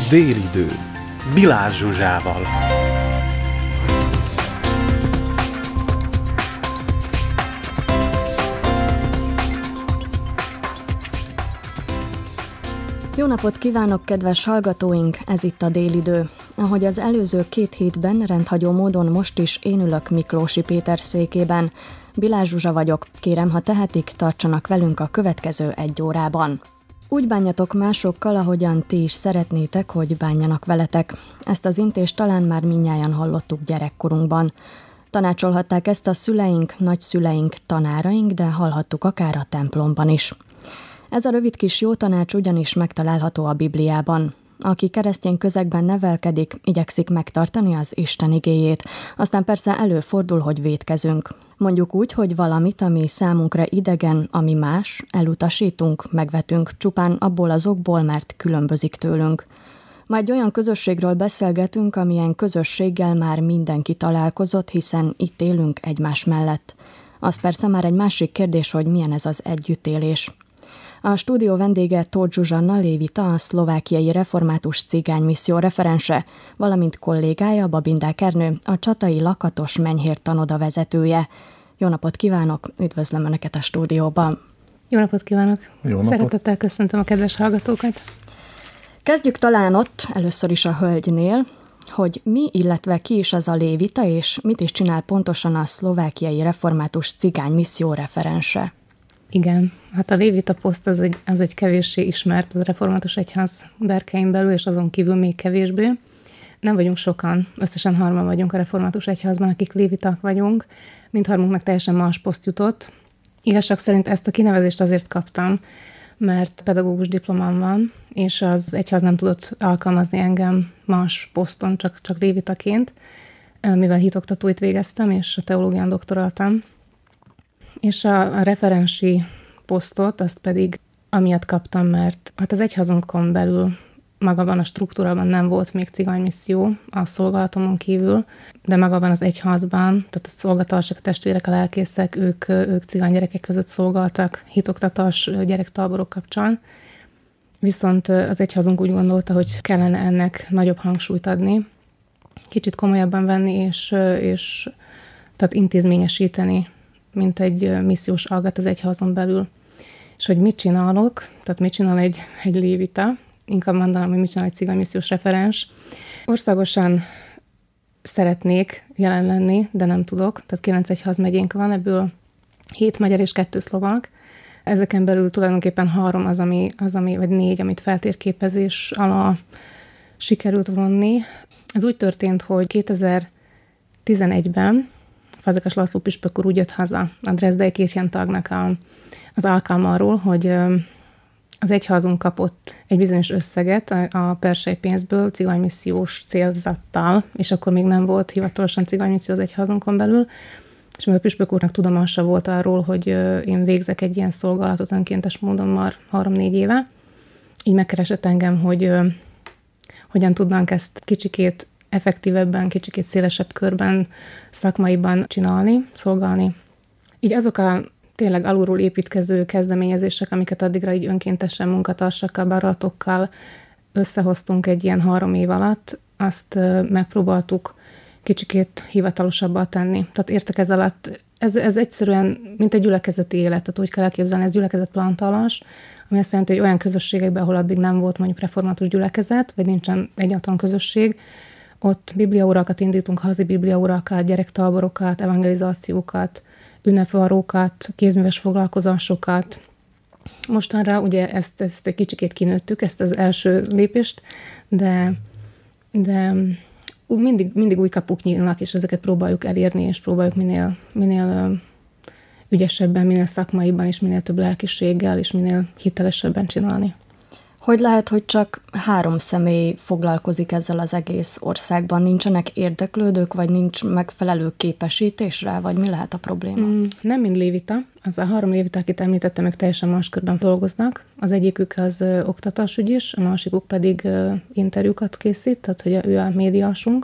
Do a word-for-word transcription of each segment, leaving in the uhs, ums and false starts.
Délidő. Bilázs Zsuzsával. Jó napot kívánok, kedves hallgatóink! Ez itt a Délidő. Ahogy az előző két hétben, rendhagyó módon most is én ülök Miklósi Péter székében. Bilázs Zsuzsa vagyok, kérem, ha tehetik, tartsanak velünk a következő egy órában. Úgy bánjatok másokkal, ahogyan ti is szeretnétek, hogy bánjanak veletek. Ezt az intést talán már mindnyájan hallottuk gyerekkorunkban. Tanácsolhatták ezt a szüleink, nagyszüleink, tanáraink, de hallhattuk akár a templomban is. Ez a rövid kis jó tanács ugyanis megtalálható a Bibliában. Aki keresztény közegben nevelkedik, igyekszik megtartani az Isten igéjét. Aztán persze előfordul, hogy vétkezünk. Mondjuk úgy, hogy valamit, ami számunkra idegen, ami más, elutasítunk, megvetünk, csupán abból az okból, mert különbözik tőlünk. Ma egy olyan közösségről beszélgetünk, amilyen közösséggel már mindenki találkozott, hiszen itt élünk egymás mellett. Az persze már egy másik kérdés, hogy milyen ez az együttélés. A stúdió vendége Tóth Zsuzsanna Lévita, a szlovákiai református cigánymisszió referense, valamint kollégája Babindák Ernő, a csatai Lakatos Menyhér tanoda vezetője. Jó napot kívánok, üdvözlöm Önöket a stúdióban. Jó napot kívánok! Jó napot. Szeretettel köszöntöm a kedves hallgatókat! Kezdjük talán ott, először is a hölgynél, hogy mi, illetve ki is az a Lévita, és mit is csinál pontosan a szlovákiai református cigánymisszió referense. Igen, hát a Lévita poszt az egy, az egy kevéssé ismert az református egyház berkein belül, és azon kívül még kevésbé. Nem vagyunk sokan, összesen harman vagyunk a református egyházban, akik lévitak vagyunk. Mindharmunknak teljesen más poszt jutott. Igazság szerint ezt a kinevezést azért kaptam, mert pedagógus diplomám van, és az egyház nem tudott alkalmazni engem más poszton, csak, csak lévitaként, mivel hitoktatóit végeztem, és a teológián doktoráltam. És a, a referensi posztot, azt pedig amiatt kaptam, mert hát az egyházunkon belül magában a struktúrában nem volt még cigánymisszió a szolgálatomon kívül, de magában az egyházban, tehát a szolgatársak, a testvérek, a lelkészek, ők, ők cigány gyerekek között szolgáltak hitoktatás gyerektáborok kapcsán. Viszont az egyházunk úgy gondolta, hogy kellene ennek nagyobb hangsúlyt adni, kicsit komolyabban venni, és, és tehát intézményesíteni, mint egy missziós algat az egyházon belül. És hogy mit csinálok, tehát mit csinál egy, egy lévita, inkább mondanám, hogy mit csinál egy cigánymissziós referens. Országosan szeretnék jelen lenni, de nem tudok. Tehát kilenc egyházmegyénk van, ebből hét magyar és kettő szlovák. Ezeken belül tulajdonképpen három az, ami, az, ami, vagy négy, amit feltérképezés alá sikerült vonni. Ez úgy történt, hogy kétezer-tizenegyben Fazekas László püspök úr úgy jött haza a Dresdai Kirchentagnak a, az alkalmáról, hogy az egyházunk kapott egy bizonyos összeget a, a persely pénzből cigánymissziós célzattal, és akkor még nem volt hivatalosan cigánymisszió az egyházunkon belül, és mivel a püspök úrnak tudomása volt arról, hogy én végzek egy ilyen szolgálatot önkéntes módon már három-négy éve, így megkeresett engem, hogy hogyan tudnánk ezt kicsikét effektívebben, kicsikét szélesebb körben, szakmaiban csinálni, szolgálni. Így azok a tényleg alulról építkező kezdeményezések, amiket addigra így önkéntesen munkatársakkal, barátokkal összehoztunk egy ilyen három év alatt, azt megpróbáltuk kicsikét hivatalosabbá tenni. Tehát értek ez alatt, ez, ez egyszerűen, mint egy gyülekezeti élet, tehát úgy kell elképzelni, ez gyülekezetplantálás, ami azt jelenti, hogy olyan közösségekben, ahol addig nem volt mondjuk református gyülekezet, vagy nincsen egyáltalán közösség, ott bibliaórákat indítunk, hazi bibliaórákat, gyerektáborokat, evangelizációkat, ünnepvarrókat, kézműves foglalkozásokat. Mostanra ugye ezt, ezt egy kicsikét kinőttük, ezt az első lépést, de, de mindig, mindig új kapuk nyílnak, és ezeket próbáljuk elérni, és próbáljuk minél, minél ügyesebben, minél szakmaiban, és minél több lelkiséggel, és minél hitelesebben csinálni. Hogy lehet, hogy csak három személy foglalkozik ezzel az egész országban? Nincsenek érdeklődők, vagy nincs megfelelő képesítés rá, vagy mi lehet a probléma? Mm, nem mind lévita. Az a három lévita, akit említettem, ők teljesen más körben dolgoznak. Az egyikük az ö, oktatásügyis, a másikuk pedig ö, interjúkat készít, tehát hogy a, ő a médiásunk.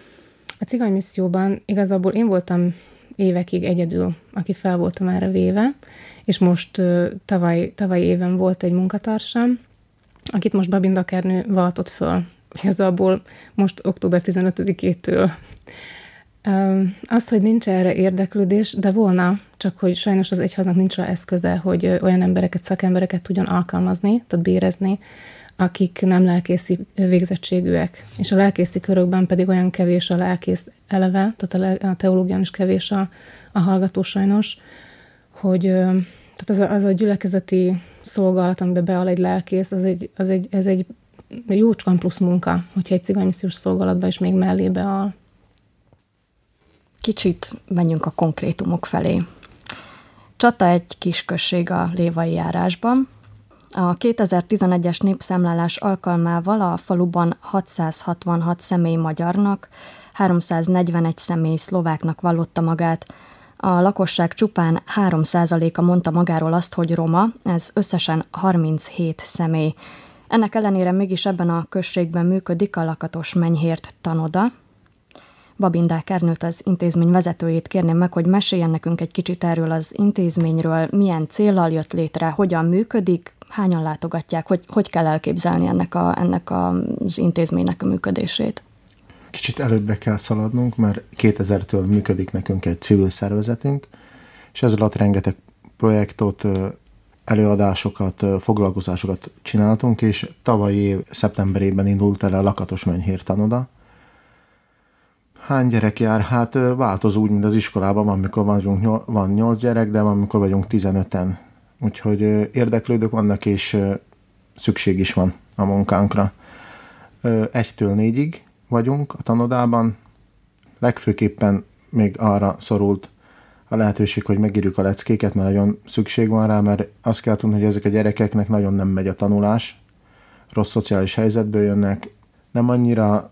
A cigánymisszióban igazából én voltam évekig egyedül, aki fel voltam erre véve, és most ö, tavaly, tavaly éven volt egy munkatársam, akit most Babindák Ernő váltott föl igazából most október tizenötödikétől. Az, hogy nincs erre érdeklődés, de volna, csak hogy sajnos az egyháznak nincs rá eszköze, hogy olyan embereket, szakembereket tudjon alkalmazni, tehát bérezni, akik nem lelkészi végzettségűek. És a lelkészi körökben pedig olyan kevés a lelkész eleve, tehát a teológián is kevés a, a hallgató sajnos, hogy tehát az a, az a gyülekezeti szolgálat, amiben beáll egy lelkész, az egy, az egy, ez egy jócskán plusz munka, hogyha egy cigánymissziós szolgálatba is még mellé beáll. Kicsit menjünk a konkrétumok felé. Csata egy kisközség a Lévai járásban. A kétezer-tizenegyes népszámlálás alkalmával a faluban hatszázhatvanhat személy magyarnak, háromszáznegyvenegy személy szlováknak vallotta magát. A lakosság csupán három százaléka mondta magáról azt, hogy roma, ez összesen harminchét személy. Ennek ellenére mégis ebben a községben működik a Lakatos Menyhért tanoda. Babindák Ernőt, az intézmény vezetőjét kérném meg, hogy meséljen nekünk egy kicsit erről az intézményről, milyen céllal jött létre, hogyan működik, hányan látogatják, hogy, hogy kell elképzelni ennek, a, ennek az intézménynek a működését. Kicsit előbbre kell szaladnunk, mert kétezertől működik nekünk egy civil szervezetünk, és ez alatt rengeteg projektot, előadásokat, foglalkozásokat csináltunk, és tavalyi év szeptemberében indult el a Lakatos Menyhért tanoda. Hány gyerek jár? Hát változó úgy, mint az iskolában, van, amikor vagyunk, van nyolc gyerek, de van, amikor vagyunk tizenöten. Úgyhogy érdeklődők vannak, és szükség is van a munkánkra. Egytől négyig vagyunk a tanodában. Legfőképpen még arra szorult a lehetőség, hogy megírjuk a leckéket, mert nagyon szükség van rá, mert azt kell tudni, hogy ezek a gyerekeknek nagyon nem megy a tanulás. Rossz szociális helyzetből jönnek, nem annyira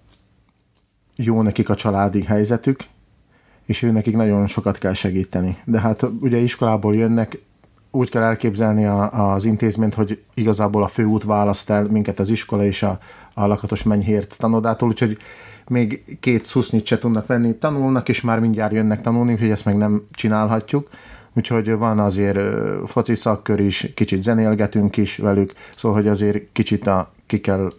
jó nekik a családi helyzetük, és ő nekik nagyon sokat kell segíteni. De hát ugye iskolából jönnek, úgy kell elképzelni a, az intézményt, hogy igazából a főút választ el minket az iskola és a, a Lakatos Menyhért tanodától, úgyhogy még két szusznyit se tudnak venni, tanulnak, és már mindjárt jönnek tanulni, úgyhogy ezt meg nem csinálhatjuk. Úgyhogy van azért foci szakkör is, kicsit zenélgetünk is velük, szóval hogy azért kicsit a, ki kell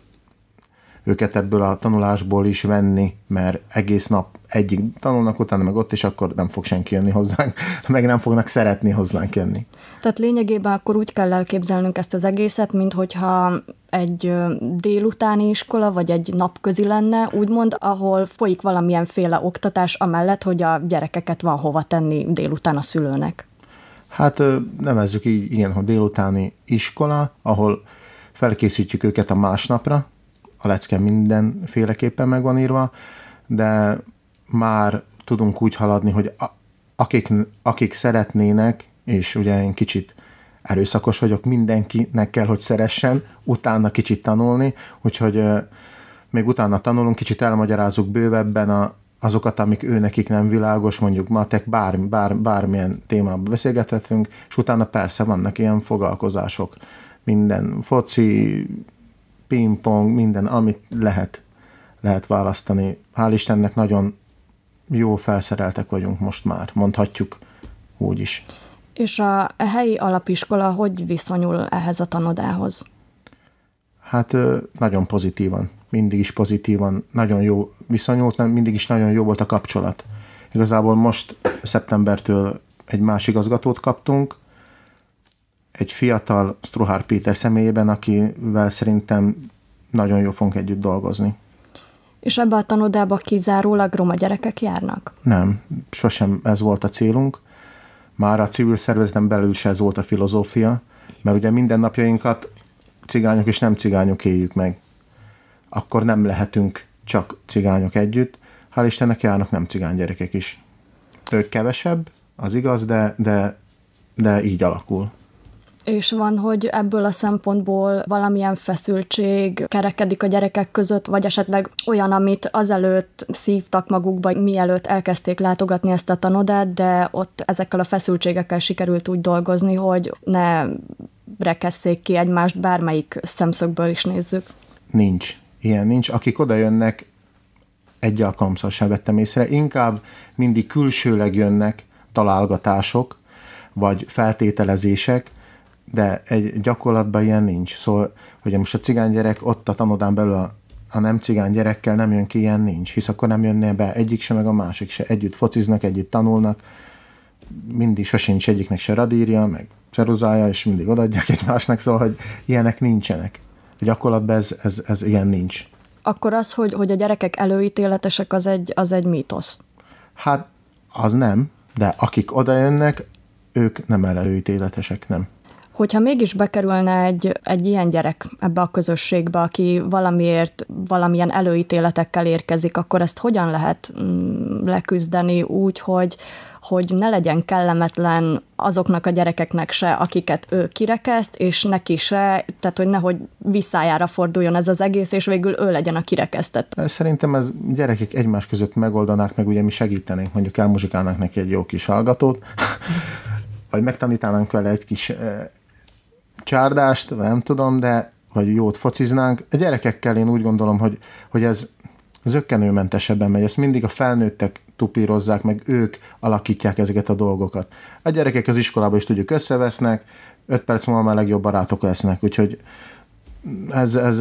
őket ebből a tanulásból is venni, mert egész nap egyik tanulnak, utána meg ott, és akkor nem fog senki jönni hozzánk, meg nem fognak szeretni hozzánk jönni. Tehát lényegében akkor úgy kell elképzelnünk ezt az egészet, mint hogyha egy délutáni iskola, vagy egy napközi lenne, úgymond, ahol folyik valamilyenféle oktatás amellett, hogy a gyerekeket van hova tenni délután a szülőnek. Hát nevezzük így, igen, hogy délutáni iskola, ahol felkészítjük őket a másnapra, a lecke mindenféleképpen meg van írva, de már tudunk úgy haladni, hogy a, akik, akik szeretnének, és ugye én kicsit erőszakos vagyok, mindenkinek kell, hogy szeressen, utána kicsit tanulni, úgyhogy euh, még utána tanulunk, kicsit elmagyarázzuk bővebben a, azokat, amik ő nekik nem világos, mondjuk matek, bár, bár, bármilyen témában beszélgethetünk, és utána persze vannak ilyen foglalkozások, minden foci, pingpong, minden, amit lehet, lehet választani. Hál' Istennek nagyon jó felszereltek vagyunk most már, mondhatjuk úgy is. És a, a helyi alapiskola hogy viszonyul ehhez a tanodához? Hát nagyon pozitívan, mindig is pozitívan, nagyon jó viszonyult, mindig is nagyon jó volt a kapcsolat. Igazából most szeptembertől egy más igazgatót kaptunk, egy fiatal Struhár Péter személyében, akivel szerintem nagyon jól fogunk együtt dolgozni. És ebbe a tanodába kizárólag roma gyerekek járnak? Nem, sosem ez volt a célunk. Már a civil szervezeten belül se ez volt a filozófia, mert ugye mindennapjainkat cigányok és nem cigányok éljük meg. Akkor nem lehetünk csak cigányok együtt. Hál' Istennek járnak nem cigány gyerekek is. Ők kevesebb, az igaz, de, de, de így alakul. És van, hogy ebből a szempontból valamilyen feszültség kerekedik a gyerekek között, vagy esetleg olyan, amit azelőtt szívtak magukba, mielőtt elkezdték látogatni ezt a tanodát, de ott ezekkel a feszültségekkel sikerült úgy dolgozni, hogy ne rekesszék ki egymást, bármelyik szemszögből is nézzük. Nincs. Ilyen nincs. Akik oda jönnek, egy alkalomszor sem vettem észre. Inkább mindig külsőleg jönnek találgatások, vagy feltételezések, de egy gyakorlatban ilyen nincs. Szóval, hogy most a cigány gyerek ott a tanodán belül a a nem cigány gyerekkel nem jön ki, ilyen nincs, hisz akkor nem jönne be egyik se, meg a másik se. Együtt fociznak, együtt tanulnak, mindig sosincs egyiknek se radírja, meg ceruzája, és mindig odaadják egymásnak, szóval, hogy ilyenek nincsenek. A gyakorlatban ez, ez, ez ilyen nincs. Akkor az, hogy, hogy a gyerekek előítéletesek, az egy, az egy mítosz. Hát az nem, de akik oda jönnek, ők nem előítéletesek, nem. Hogyha mégis bekerülne egy, egy ilyen gyerek ebbe a közösségbe, aki valamiért, valamilyen előítéletekkel érkezik, akkor ezt hogyan lehet mm, leküzdeni úgy, hogy, hogy ne legyen kellemetlen azoknak a gyerekeknek se, akiket ő kirekeszt, és neki se, tehát hogy nehogy visszájára forduljon ez az egész, és végül ő legyen a kirekesztett. Szerintem ez gyerekek egymás között megoldanák, meg ugye mi segítenénk, mondjuk elmuzsikálnánk neki egy jó kis hallgatót, vagy megtanítánánk vele egy kis csárdást, nem tudom, de vagy jót fociznánk. A gyerekekkel én úgy gondolom, hogy, hogy ez zökkenőmentesebben megy. Ezt mindig a felnőttek tupírozzák, meg ők alakítják ezeket a dolgokat. A gyerekek az iskolában is tudjuk összevesznek, öt perc múlva már legjobb barátok lesznek, úgyhogy ez, ez,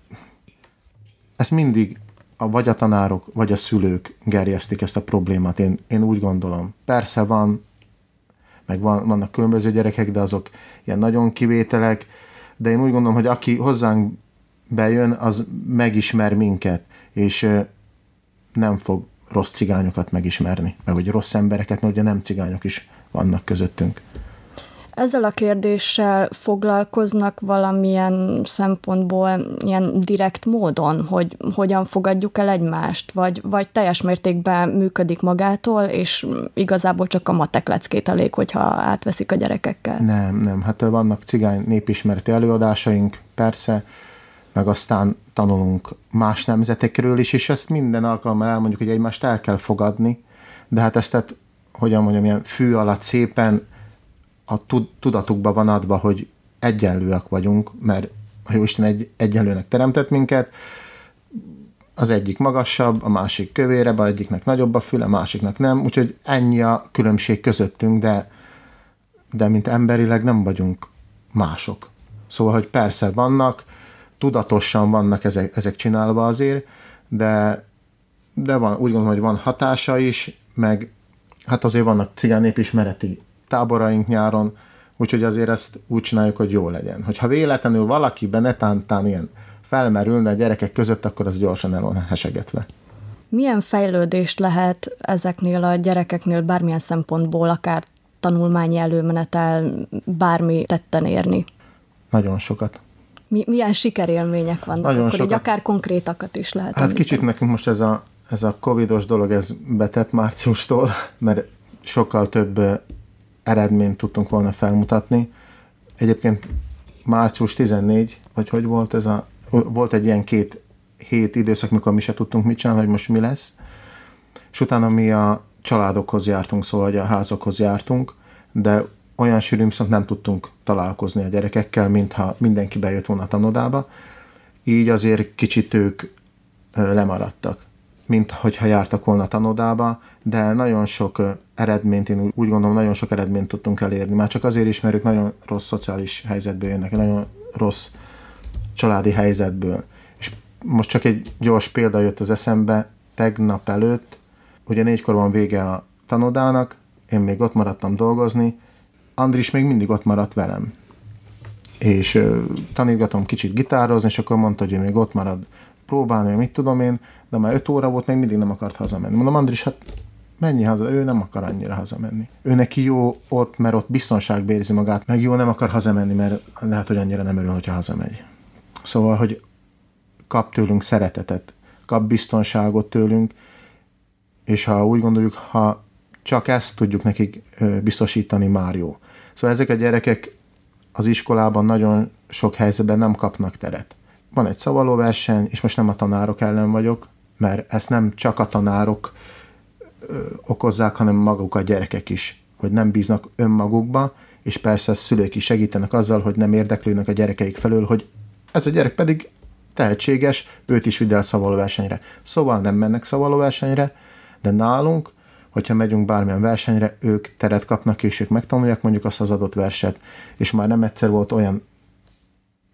ez mindig a, vagy a tanárok, vagy a szülők gerjesztik ezt a problémát. Én, én úgy gondolom. Persze van, meg van, vannak különböző gyerekek, de azok ilyen nagyon kivételek, de én úgy gondolom, hogy aki hozzánk bejön, az megismer minket, és nem fog rossz cigányokat megismerni, meg vagy rossz embereket, mert ugye nem cigányok is vannak közöttünk. Ezzel a kérdéssel foglalkoznak valamilyen szempontból ilyen direkt módon, hogy hogyan fogadjuk el egymást, vagy, vagy teljes mértékben működik magától, és igazából csak a matek leckét elég, hogyha átveszik a gyerekekkel? Nem, nem. Hát vannak cigány népismereti előadásaink, persze, meg aztán tanulunk más nemzetekről is, és ezt minden alkalommal elmondjuk, hogy egymást el kell fogadni, de hát ezt, tehát, hogyan mondjam, ilyen fű alatt szépen a tudatukba van adva, hogy egyenlőek vagyunk, mert a Jóisten egy, egyenlőnek teremtett minket, az egyik magasabb, a másik kövérebb, a egyiknek nagyobb a füle, a másiknak nem, úgyhogy ennyi a különbség közöttünk, de, de mint emberileg nem vagyunk mások. Szóval, hogy persze vannak, tudatosan vannak ezek, ezek csinálva azért, de, de van, úgy gondolom, hogy van hatása is, meg hát azért vannak cigány népismereti táboraink nyáron, úgyhogy azért ezt úgy csináljuk, hogy jó legyen. Hogyha véletlenül valaki benetántán ilyen felmerülne a gyerekek között, akkor az gyorsan el van hesegetve. Milyen fejlődést lehet ezeknél a gyerekeknél bármilyen szempontból, akár tanulmányi előmenetel, bármi tetten érni? Nagyon sokat. Mi, milyen sikerélmények vannak? Nagyon akkor sokat. Így akár konkrétakat is lehet. Hát említeni. Kicsit nekünk most ez a, ez a covidos dolog, ez betett márciustól, mert sokkal több eredményt tudtunk volna felmutatni. Egyébként március tizennégy, vagy hogy volt ez a, volt egy ilyen két hét időszak, mikor mi se tudtunk mit csinálni, hogy most mi lesz. És utána mi a családokhoz jártunk, szóval hogy a házokhoz jártunk, de olyan sűrűn viszont nem tudtunk találkozni a gyerekekkel, mintha mindenki bejött volna a tanodába. Így azért kicsit ők lemaradtak, mint hogyha jártak volna a tanodába, de nagyon sok eredményt, én úgy gondolom, nagyon sok eredményt tudtunk elérni. Már csak azért is, mert ők nagyon rossz szociális helyzetből jönnek, nagyon rossz családi helyzetből. És most csak egy gyors példa jött az eszembe, tegnap előtt, ugye négykor van vége a tanodának, én még ott maradtam dolgozni, Andris még mindig ott maradt velem. És uh, tanítgatom kicsit gitározni, és akkor mondta, hogy ő még ott marad próbálni, mit tudom én, de már öt óra volt, még mindig nem akart hazamenni. Mondom, Andris, hát menj haza, ő nem akar annyira hazamenni. Ő neki jó ott, mert ott biztonságban érzi magát, meg jó nem akar hazamenni, mert lehet, hogy annyira nem örül, hogyha hazamegy. Szóval, hogy kap tőlünk szeretetet, kap biztonságot tőlünk, és ha úgy gondoljuk, ha csak ezt tudjuk nekik biztosítani, már jó. Szóval ezek a gyerekek az iskolában nagyon sok helyzetben nem kapnak teret. Van egy szavalóverseny, és most nem a tanárok ellen vagyok, mert ezt nem csak a tanárok ö, okozzák, hanem maguk a gyerekek is, hogy nem bíznak önmagukba, és persze a szülők is segítenek azzal, hogy nem érdeklődnek a gyerekeik felől, hogy ez a gyerek pedig tehetséges, őt is vidd el szavalóversenyre. Szóval nem mennek szavalóversenyre, de nálunk, hogyha megyünk bármilyen versenyre, ők teret kapnak, és ők megtanulják mondjuk azt az adott verset, és már nem egyszer volt olyan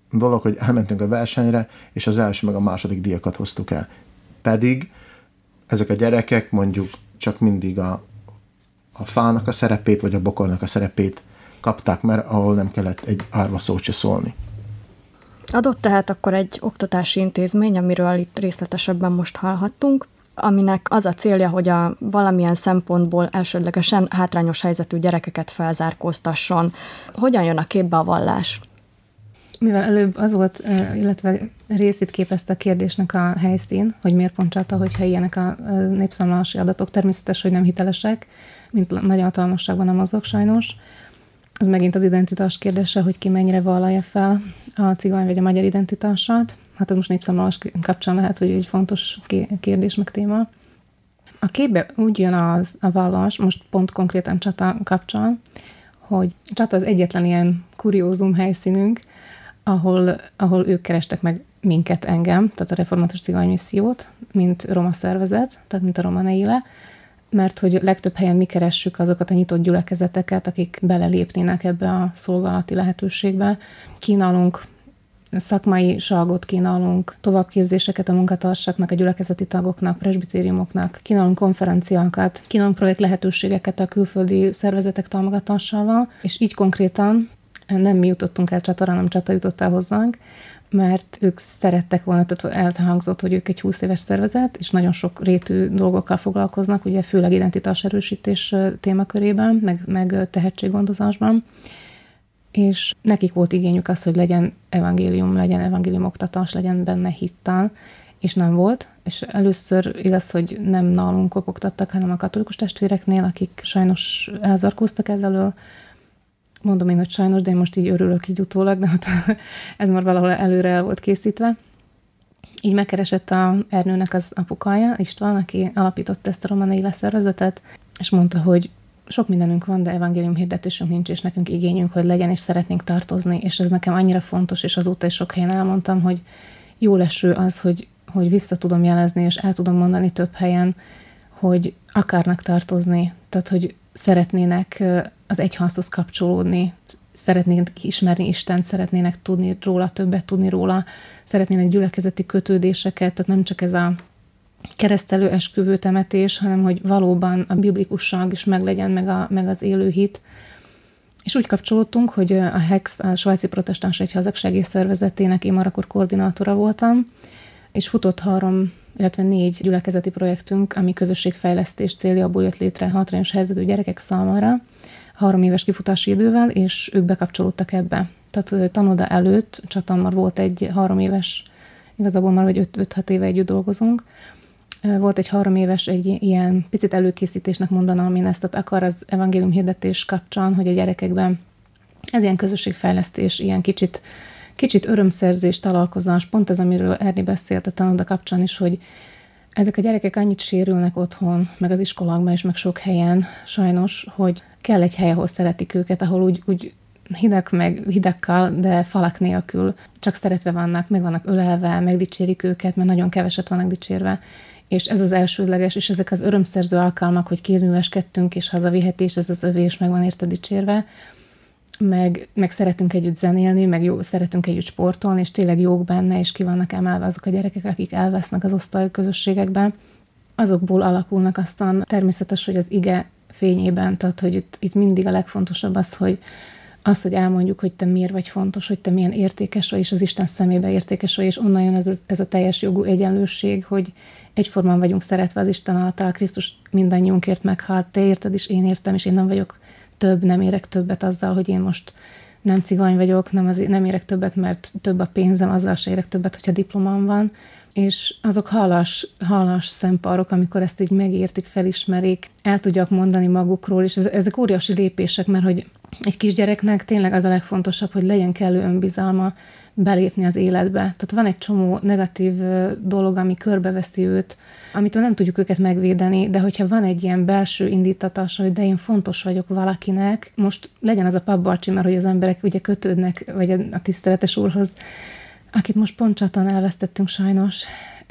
dolog, hogy elmentünk a versenyre, és az első meg a második díjakat hoztuk el. Pedig ezek a gyerekek mondjuk csak mindig a, a fának a szerepét, vagy a bokornak a szerepét kapták, mert ahol nem kellett egy árva szót se szólni. Adott tehát akkor egy oktatási intézmény, amiről itt részletesebben most hallhattunk, aminek az a célja, hogy a valamilyen szempontból elsődlegesen hátrányos helyzetű gyerekeket felzárkóztasson. Hogyan jön a képbe a vallás? Mivel előbb az volt, illetve részét képezte a kérdésnek a helyszín, hogy miért pont Csata, hogyha ilyenek a népszámlálási adatok, természetes, hogy nem hitelesek, mint nagyhatalmasságban nem azok sajnos. Ez megint az identitás kérdése, hogy ki mennyire vallalja fel a cigány vagy a magyar identitását. Hát ez most népszámlálás kapcsán lehet, hogy egy fontos kérdés meg téma. A képbe úgy jön az, a vallás, most pont konkrétan Csata kapcsán, hogy Csata az egyetlen ilyen kuriózum helyszínünk, ahol, ahol ők kerestek meg minket, engem, tehát a Református Cigány Missziót, mint roma szervezet, tehát mint a Roma Neile, mert hogy legtöbb helyen mi keressük azokat a nyitott gyülekezeteket, akik belelépnének ebbe a szolgálati lehetőségbe. Kínálunk szakmai salgot, kínálunk továbbképzéseket a munkatársaknak, a gyülekezeti tagoknak, presbitériumoknak, kínálunk konferenciákat, kínálunk projekt lehetőségeket a külföldi szervezetek támogatásával, és így konkrétan nem mi jutottunk el Csatára, hanem Csata jutott el hozzánk, mert ők szerettek volna, tehát elhangzott, hogy ők egy húsz éves szervezet, és nagyon sok rétű dolgokkal foglalkoznak, ugye főleg identitás erősítés témakörében, meg, meg tehetséggondozásban, és nekik volt igényük az, hogy legyen evangélium, legyen evangélium oktatás, legyen benne hittel, és nem volt, és először igaz, hogy nem nálunk kopogtattak, hanem a katolikus testvéreknél, akik sajnos elzarkóztak ezzel. Mondom én, hogy sajnos, de én most így örülök így utólag, de hát ez már valahol előre el volt készítve. Így megkeresett a Ernőnek az apukája, István, aki alapította ezt a Roma Neile szervezetet, és mondta, hogy sok mindenünk van, de evangélium hirdetésünk nincs, és nekünk igényünk, hogy legyen, és szeretnénk tartozni, és ez nekem annyira fontos, és azóta is sok helyen elmondtam, hogy jó leső az, hogy, hogy vissza tudom jelezni, és el tudom mondani több helyen, hogy akarnak tartozni, tehát, hogy szeretnének az egyházhoz kapcsolódni, szeretnének ismerni Istent, szeretnének tudni róla, többet tudni róla, szeretnének gyülekezeti kötődéseket, tehát nem csak ez a keresztelő esküvő temetés, hanem hogy valóban a biblikusság is meglegyen, meg, a, meg az élő hit. És úgy kapcsolódtunk, hogy a hé e iksz, a Svájci Protestáns Egyházak Segélyszervezetének én már akkor koordinátora voltam, és futott három, illetve négy gyülekezeti projektünk, ami közösségfejlesztés céljából jött létre hátrányos helyzetű gyerekek számára, három éves kifutási idővel, és ők bekapcsolódtak ebbe. Tehát tanoda előtt Csatán már volt egy három éves, igazából már vagy öt-hat éve együtt dolgozunk, volt egy három éves egy ilyen picit előkészítésnek mondanám én ezt, tehát akar az evangélium hirdetés kapcsán, hogy a gyerekekben ez ilyen közösségfejlesztés, ilyen kicsit, kicsit örömszerzés, találkozás, pont ez, amiről Erni beszélt a tanoda kapcsán is, hogy ezek a gyerekek annyit sérülnek otthon, meg az iskolákban is, meg sok helyen sajnos, hogy kell egy hely, ahol szeretik őket, ahol úgy, úgy hideg meg hidekkal, de falak nélkül csak szeretve vannak, meg vannak ölelve, megdicsérik őket, mert nagyon keveset vannak dicsérve. És ez az elsődleges, és ezek az örömszerző alkalmak, hogy kézműveskedtünk, és hazavihetés, ez az övé, és meg van érte dicsérve, meg, meg szeretünk együtt zenélni, meg jó, szeretünk együtt sportolni, és tényleg jók benne, és ki vannak emelve azok a gyerekek, akik elvesznek az osztályközösségekben. Azokból alakulnak aztán természetes, hogy az ige fényében, tehát hogy itt, itt mindig a legfontosabb az, hogy az, hogy elmondjuk, hogy te miért vagy fontos, hogy te milyen értékes vagy, és az Isten szemébe értékes vagy, és onnan jön ez, ez a teljes jogú egyenlőség, hogy egyformán vagyunk szeretve az Isten által, Krisztus mindannyiunkért meghalt, te érted is, én értem, és én nem vagyok több, nem érek többet azzal, hogy én most nem cigány vagyok, nem, az, nem érek többet, mert több a pénzem, azzal se érek többet, hogyha diplomám van, és azok hálás, hálás szempárok, amikor ezt így megértik, felismerik, el tudják mondani magukról, és ezek óriási lépések, mert hogy egy kisgyereknek tényleg az a legfontosabb, hogy legyen kellő önbizalma belépni az életbe. Tehát van egy csomó negatív dolog, ami körbeveszi őt, amitől nem tudjuk őket megvédeni, de hogyha van egy ilyen belső indítatás, hogy de én fontos vagyok valakinek, most legyen az a pabbacsi, mert hogy az emberek ugye kötődnek, vagy a tiszteletes úrhoz, akit most pont Csatán elvesztettünk sajnos,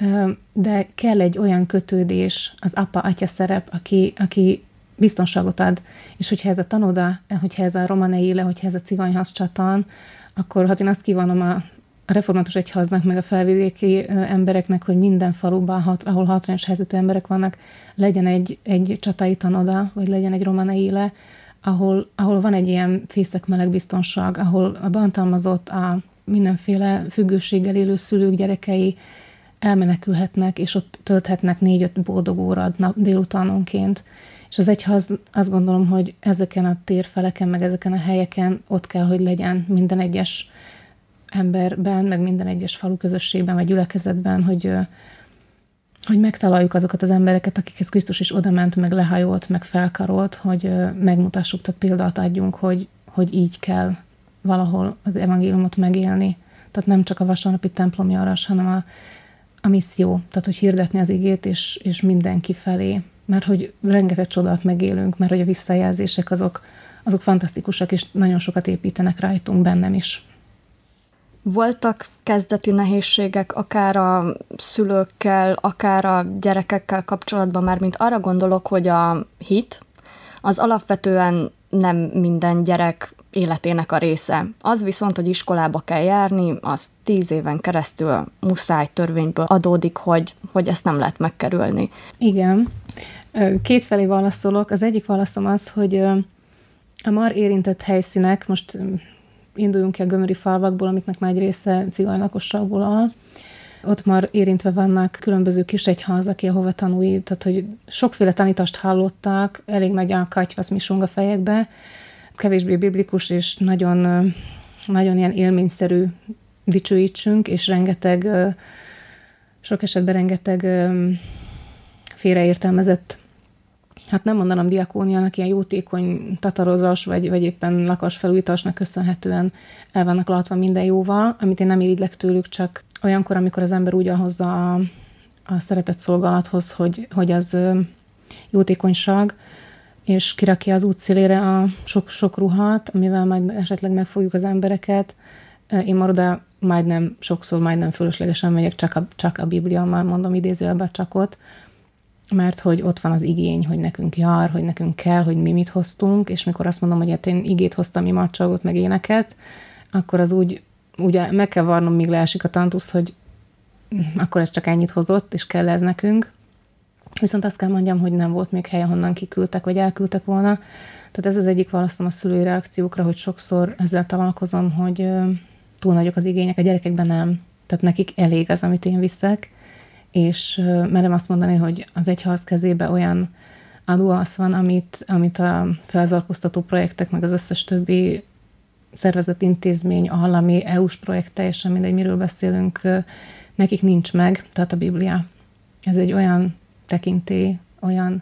de kell egy olyan kötődés, az apa-atya szerep, aki, aki biztonságot ad, és hogyha ez a tanoda, hogyha ez a Roma Neile, hogyha ez a Cigányház Csatán, akkor hát én azt kívánom a a református egyháznak, meg a felvidéki embereknek, hogy minden faluban, hat, ahol hátrányos helyzetű emberek vannak, legyen egy, egy csatai tanoda, vagy legyen egy román éle, ahol, ahol van egy ilyen fészek meleg biztonság, ahol a bántalmazott, a mindenféle függőséggel élő szülők gyerekei elmenekülhetnek, és ott tölthetnek négy-öt boldog órát nap, délutánonként. És az egyház, azt gondolom, hogy ezeken a térfeleken, meg ezeken a helyeken ott kell, hogy legyen minden egyes emberben, meg minden egyes falu közösségben, vagy gyülekezetben, hogy, hogy megtaláljuk azokat az embereket, akikhez Krisztus is odament, meg lehajolt, meg felkarolt, hogy megmutassuk, tehát példát adjunk, hogy, hogy így kell valahol az evangéliumot megélni. Tehát nem csak a vasárnapi templomi aras, hanem a, a misszió, tehát hogy hirdetni az igét, és, és mindenki felé. Mert hogy rengeteg csodát megélünk, mert hogy a visszajelzések azok, azok fantasztikusak, és nagyon sokat építenek rajtunk, bennem is. Voltak kezdeti nehézségek, akár a szülőkkel, akár a gyerekekkel kapcsolatban, már mint arra gondolok, hogy a hit az alapvetően nem minden gyerek életének a része. Az viszont, hogy iskolába kell járni, az tíz éven keresztül muszáj törvényből adódik, hogy, hogy ezt nem lehet megkerülni. Igen. Kétfelé válaszolok. Az egyik válaszom az, hogy a már érintett helyszínek, most induljunk ki a gömöri falvakból, amiknek nagy része cigány lakosságból áll. Ott már érintve vannak különböző kisegyházak, ahova tanulj, tehát hogy sokféle tanítást hallották, elég nagy a katyvasz misung a fejekbe, kevésbé biblikus, és nagyon, nagyon ilyen élményszerű dicsőítsünk, és rengeteg, sok esetben rengeteg félreértelmezett, hát nem mondanom diakóniának, ilyen jótékony tatarozás, vagy, vagy éppen lakásfelújításnak köszönhetően el vannak látva minden jóval, amit én nem irigylek tőlük, csak olyankor, amikor az ember úgy hozza a, a szeretett szolgálathoz, hogy, hogy az jótékonyság, és kirakja az útszélére a sok, sok ruhát, amivel majd esetleg megfogjuk az embereket. Én már oda majdnem, sokszor majdnem fölöslegesen megyek, csak a, csak a Biblia, már mondom idézőjelben csak ott, mert hogy ott van az igény, hogy nekünk jár, hogy nekünk kell, hogy mi mit hoztunk, és mikor azt mondom, hogy hát én igét hoztam, imádságot, meg éneket, akkor az úgy, úgy meg kell varnom, míg leesik a tantusz, hogy akkor ez csak ennyit hozott, és kell ez nekünk. Viszont azt kell mondjam, hogy nem volt még hely, ahonnan kiküldtek, vagy elküldtek volna. Tehát ez az egyik választom a szülői reakciókra, hogy sokszor ezzel találkozom, hogy túl nagyok az igények, a gyerekekben nem. Tehát nekik elég az, amit én viszek, és merem azt mondani, hogy az egyház kezébe olyan adóasz van, amit, amit a felzárkóztató projektek, meg az összes többi szervezett intézmény, állami é u-s projekt, teljesen mindegy, miről beszélünk, nekik nincs meg, tehát a Biblia. Ez egy olyan tekintély, olyan,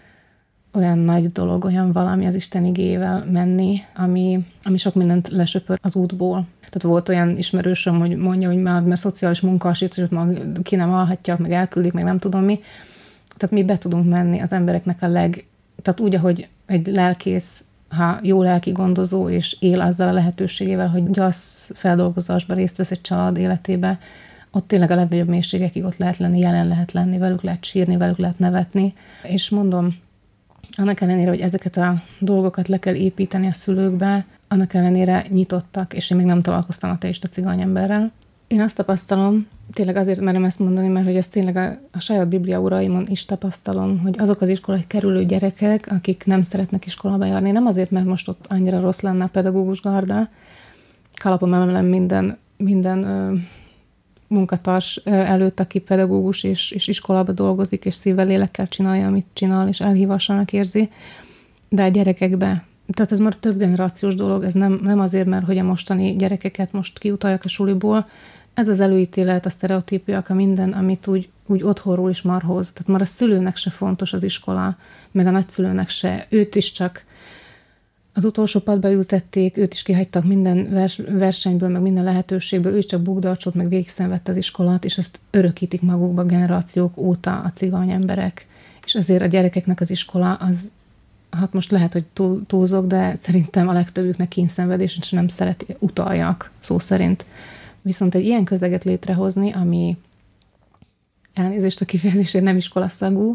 olyan nagy dolog, olyan valami az Isten igével menni, ami, ami sok mindent lesöpör az útból. Tehát volt olyan ismerősöm, hogy mondja, hogy már, mert szociális munkásít, hogy már ki nem alhatják, meg elküldik, meg nem tudom mi. Tehát mi be tudunk menni az embereknek a leg... Tehát úgy, ahogy egy lelkész, ha jó lelki gondozó, és él azzal a lehetőségével, hogy gyasz feldolgozásban részt vesz egy család életébe, ott tényleg a legnagyobb mélységekig ott lehet lenni, jelen lehet lenni, velük lehet sírni, velük lehet nevetni. És mondom, annak ellenére, hogy ezeket a dolgokat le kell építeni a szülőkbe, annak ellenére nyitottak, és én még nem találkoztam ateista cigányemberrel. Én azt tapasztalom, tényleg azért merem ezt mondani, mert hogy ezt tényleg a, a saját Biblia uraimon is tapasztalom, hogy azok az iskolai kerülő gyerekek, akik nem szeretnek iskolába járni, nem azért, mert most ott annyira rossz lenne a pedagógus garda, kalapom emelem minden, minden ö, munkatárs előtt, aki pedagógus és, és iskolába dolgozik, és szívvel, lélekkel csinálja, amit csinál, és elhívásának érzi, de a gyerekekbe. Tehát ez már több generációs dolog, ez nem, nem azért, mert hogy a mostani gyerekeket most kiutaljak a suliból, ez az előítélet, a sztereotípiák, a minden, amit úgy, úgy otthonról is már hoz. Tehát már a szülőnek se fontos az iskola, meg a nagyszülőnek se. Őt is csak az utolsó padba ültették, őt is kihagytak minden vers, versenyből, meg minden lehetőségből, ő is csak bugdarcsot, meg végigszenvedte az iskolát, és ezt örökítik magukba generációk óta a cigány emberek. És azért a gyerekeknek az iskola, az, hát most lehet, hogy túl, túlzok, de szerintem a legtöbbüknek kínszenvedés, és nem szereti, utaljak szó szerint. Viszont egy ilyen közeget létrehozni, ami elnézést a kifejezésért nem iskolaszagú,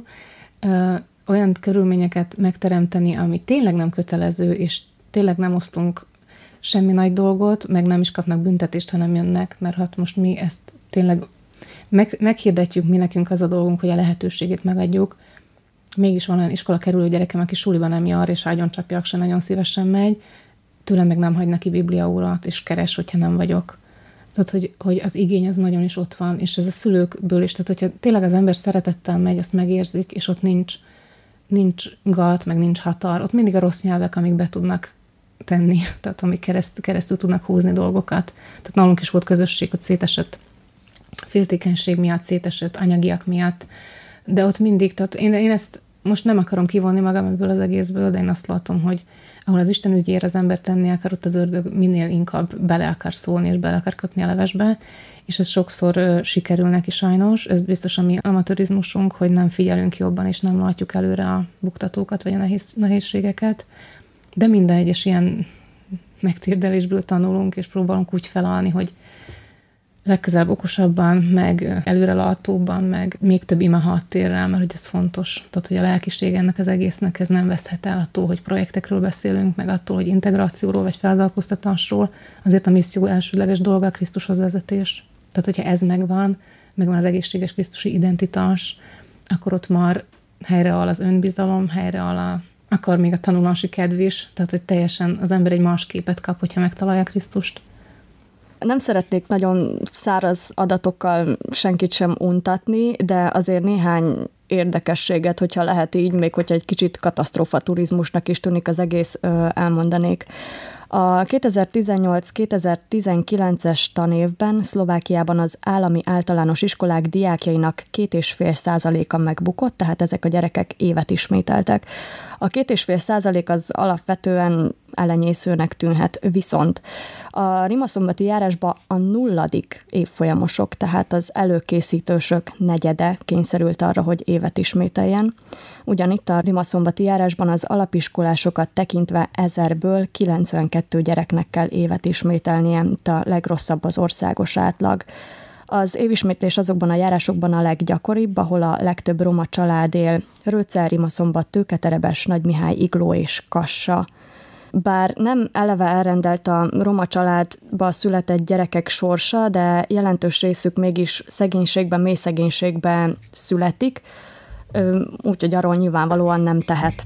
olyan körülményeket megteremteni, ami tényleg nem kötelező, és tényleg nem osztunk semmi nagy dolgot, meg nem is kapnak büntetést, hanem jönnek, mert hát most mi ezt tényleg meg, meghirdetjük, mi nekünk az a dolgunk, hogy a lehetőségét megadjuk. Mégis van olyan iskola kerülő gyerekem, aki suliban nem jár, és ágyoncsapjak se nagyon szívesen megy, tőlem meg nem hagy neki bibliaórát, és keres, hogyha nem vagyok. Tehát, hogy, hogy az igény az nagyon is ott van, és ez a szülőkből is, tehát hogyha tényleg az ember szeretettel megy, azt megérzik, és ott nincs, nincs galt, meg nincs határ, ott mindig a rossz nyelvek, amik be tudnak tenni, tehát amik kereszt, keresztül tudnak húzni dolgokat. Tehát nálunk is volt közösség, hogy szétesett féltékenység miatt, szétesett anyagiak miatt, de ott mindig, tehát én, én ezt most nem akarom kivonni magam ebből az egészből, de én azt látom, hogy ahol az Isten ügyére az ember tenni akar, ott az ördög minél inkább bele akar szólni, és bele akar kötni a levesbe, és ez sokszor uh, sikerül neki sajnos. Ez biztos a mi amatőrizmusunk, hogy nem figyelünk jobban, és nem látjuk előre a buktatókat, vagy a nehéz, nehézségeket, de minden egyes ilyen megtérdelésből tanulunk, és próbálunk úgy felállni, hogy legközelebb okosabban, meg előrelátóbban, meg még több ima háttérrel, mert hogy ez fontos. Tehát, hogy a lelkiség ennek az egésznek ez nem veszhet el attól, hogy projektekről beszélünk, meg attól, hogy integrációról, vagy felzárkóztatásról. Azért a misszió elsődleges dolga a Krisztushoz vezetés. Tehát, hogyha ez megvan, megvan az egészséges krisztusi identitás, akkor ott már helyreáll az önbizalom, helyreáll a akar még a tanulási kedv is, tehát, hogy teljesen az ember egy más képet kap, hogyha megtalálja Krisztust. Nem szeretnék nagyon száraz adatokkal senkit sem untatni, de azért néhány érdekességet, hogyha lehet így, még hogyha egy kicsit katasztrófa turizmusnak is tűnik az egész, elmondanék. A kétezer-tizennyolc kétezer-tizenkilences tanévben Szlovákiában az állami általános iskolák diákjainak két és fél százaléka megbukott, tehát ezek a gyerekek évet ismételtek. A két és fél százalék az alapvetően elenyészőnek tűnhet, viszont a rimaszombati járásba a nulladik évfolyamosok, tehát az előkészítősök negyede kényszerült arra, hogy évet ismételjen. Ugyanitt a rimaszombati járásban az alapiskolásokat tekintve ezerből kilencvenkettő gyereknek kell évet ismételnie, itt a legrosszabb az országos átlag. Az évismétlés azokban a járásokban a leggyakoribb, ahol a legtöbb roma család él, Rőccel, Rimaszombat, Tőketerebes, Nagymihály, Igló és Kassa. Bár nem eleve elrendelt a roma családba született gyerekek sorsa, de jelentős részük mégis szegénységben, mély szegénységben születik, úgyhogy arról nyilvánvalóan nem tehet.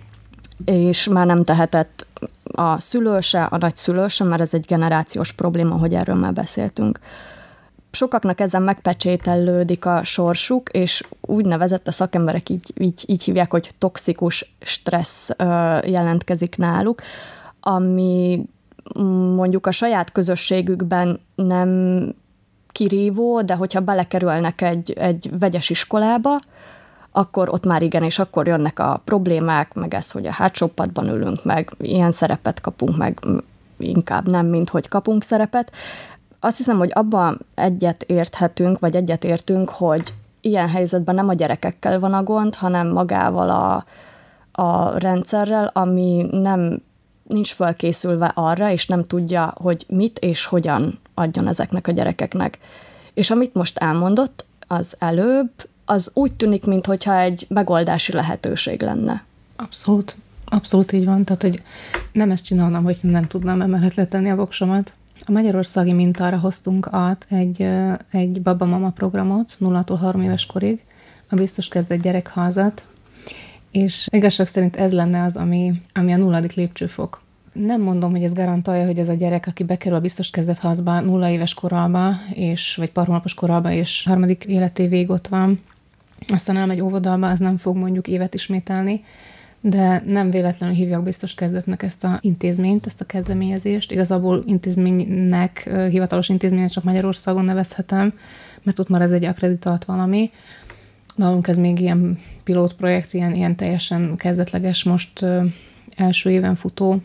És már nem tehetett a szülő se, a nagyszülő se, mert ez egy generációs probléma, hogy erről már beszéltünk. Sokaknak ezen megpecsétellődik a sorsuk, és úgynevezett a szakemberek így, így, így hívják, hogy toxikus stressz jelentkezik náluk, ami mondjuk a saját közösségükben nem kirívó, de hogyha belekerülnek egy, egy vegyes iskolába, akkor ott már igen, és akkor jönnek a problémák, meg ez, hogy a hátsó padban ülünk, meg ilyen szerepet kapunk, meg inkább nem, mint hogy kapunk szerepet. Azt hiszem, hogy abban egyet érthetünk, vagy egyet értünk, hogy ilyen helyzetben nem a gyerekekkel van a gond, hanem magával a, a rendszerrel, ami nem nincs felkészülve arra, és nem tudja, hogy mit és hogyan adjon ezeknek a gyerekeknek. És amit most elmondott az előbb, az úgy tűnik, mintha egy megoldási lehetőség lenne. Abszolút, abszolút így van. Tehát, hogy nem ezt csinálnám, hogy nem tudnám emellett letenni a voksomat. A magyarországi mintára hoztunk át egy, egy baba-mama programot nullától három éves korig, a biztos kezdett gyerekházat, és igazság szerint ez lenne az, ami, ami a nulladik lépcsőfok. Nem mondom, hogy ez garantálja, hogy ez a gyerek, aki bekerül a biztos kezdett házba nulla éves korába, és, vagy pár hónapos korába, és harmadik életévég ott van, aztán elmegy óvodába, az nem fog mondjuk évet ismételni, de nem véletlenül hívják biztos kezdetnek ezt az intézményt, ezt a kezdeményezést. Igazából intézménynek, hivatalos intézménynek csak Magyarországon nevezhetem, mert ott már ez egy akkreditált valami. Nálunk ez még ilyen pilótprojekt, ilyen, ilyen teljesen kezdetleges, most első éven futó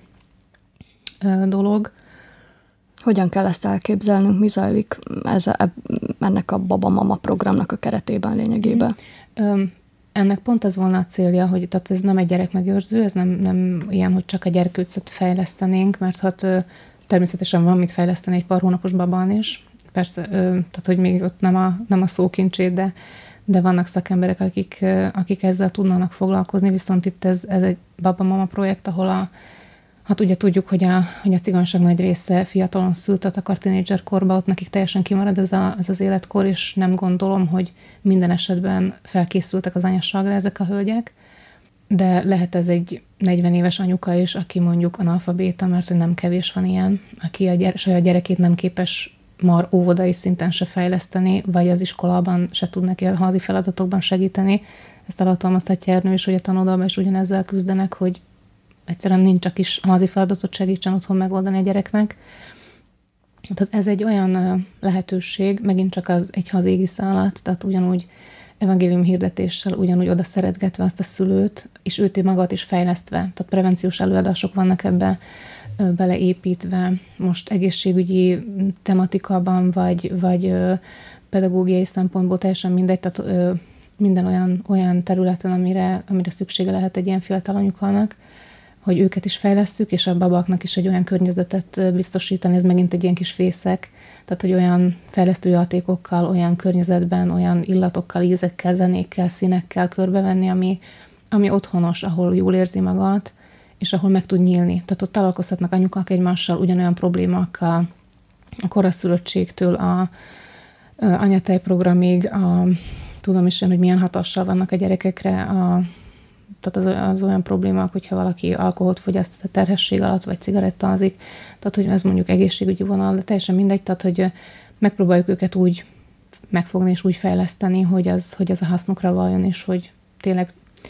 dolog. Hogyan kell ezt elképzelnünk? Mi zajlik ez a, ennek a baba-mama programnak a keretében lényegében? Mm. Ennek pont ez volna a célja, hogy tehát ez nem egy gyerekmegőrző, ez nem, nem ilyen, hogy csak a gyerkőcöt fejlesztenénk, mert hát természetesen van mit fejleszteni egy pár hónapos babán is. Persze, tehát hogy még ott nem a, nem a szókincsét, de, de vannak szakemberek, akik, akik ezzel tudnának foglalkozni, viszont itt ez, ez egy baba-mama projekt, ahol a, Hát ugye tudjuk, hogy a, hogy a cigányság nagy része fiatalon szült, tehát akar tínédzser korba, ott nekik teljesen kimarad ez, a, ez az életkor, és nem gondolom, hogy minden esetben felkészültek az anyasságra ezek a hölgyek, de lehet ez egy negyven éves anyuka is, aki mondjuk analfabéta, mert hogy nem kevés van ilyen, aki a gyere, saját gyerekét nem képes már óvodai szinten se fejleszteni, vagy az iskolában se tud neki a házi feladatokban segíteni. Ezt alattalmaztatja Ernő is, hogy a tanodalban is ugyanezzel küzdenek, hogy egyszerűen nincs csak is házi feladatot segítsen otthon megoldani a gyereknek. Tehát ez egy olyan lehetőség, megint csak az egyház égisze alatt, tehát ugyanúgy evangélium hirdetéssel, ugyanúgy oda szeretgetve azt a szülőt, és őt magát is fejlesztve. Tehát prevenciós előadások vannak ebbe beleépítve, most egészségügyi tematikában, vagy, vagy pedagógiai szempontból teljesen mindegy, tehát minden olyan, olyan területen, amire, amire szüksége lehet egy ilyen fiatal anyukának, hogy őket is fejlesszük, és a babáknak is egy olyan környezetet biztosítani, ez megint egy ilyen kis fészek, tehát hogy olyan fejlesztő játékokkal, olyan környezetben, olyan illatokkal, ízekkel, zenékkel, színekkel körbevenni, ami, ami otthonos, ahol jól érzi magát, és ahol meg tud nyílni. Tehát ott találkozhatnak anyukák egymással ugyanolyan problémákkal, a koraszülöttségtől a, a anyatejprogramig, a, tudom is én, hogy milyen hatással vannak a gyerekekre, a, tehát az, az olyan problémák, hogyha valaki alkoholt fogyaszt terhesség alatt, vagy cigarettázik, tehát hogy ez mondjuk egészségügyi vonal, de teljesen mindegy, tehát hogy megpróbáljuk őket úgy megfogni és úgy fejleszteni, hogy az, hogy ez a hasznukra váljon, és hogy tényleg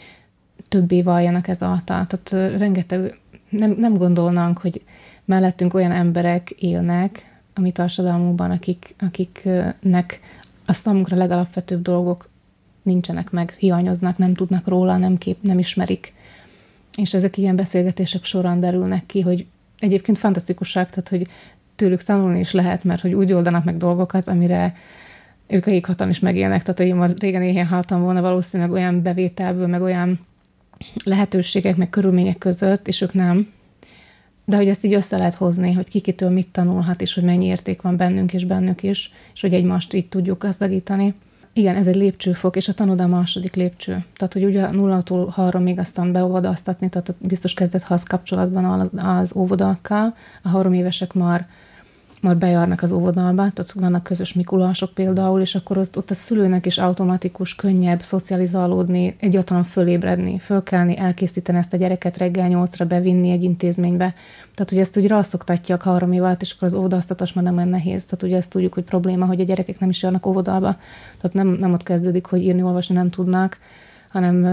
többé váljanak ez által. Tehát rengeteg, nem, nem gondolnánk, hogy mellettünk olyan emberek élnek a mi társadalmunkban, akik, akiknek a számunkra legalapvetőbb dolgok nincsenek meg, hiányoznak, nem tudnak róla, nem, kép, nem ismerik. És ezek ilyen beszélgetések során derülnek ki, hogy egyébként fantasztikusak, tehát hogy tőlük tanulni is lehet, mert hogy úgy oldanak meg dolgokat, amire ők a jéghatan is megélnek. Tehát én már régen éhen haltam volna valószínűleg olyan bevételből, meg olyan lehetőségek, meg körülmények között, és ők nem. De hogy ezt így össze lehet hozni, hogy kikitől mit tanulhat, és hogy mennyi érték van bennünk és bennük is, és hogy egymást így tudjuk gazdagítani. Igen, ez egy lépcsőfok, és a tanoda a második lépcső. Tehát, hogy ugye nullától háromig aztán beolvadáztatni, tehát biztos kezdett hasz kapcsolatban az, az óvodákkal. A három évesek már, már bejárnak az óvodába, tehát vannak közös mikulások például, és akkor ott, ott a szülőnek is automatikus, könnyebb szocializálódni, egyáltalán fölébredni, fölkelni, elkészíteni ezt a gyereket reggel nyolcra bevinni egy intézménybe. Tehát, hogy ezt úgy rászoktatják három év alatt, és akkor az óvodáztatás már nem olyan nehéz. Tehát ugye ezt tudjuk, hogy probléma, hogy a gyerekek nem is járnak óvodába. Tehát nem, nem ott kezdődik, hogy írni, olvasni nem tudnak, hanem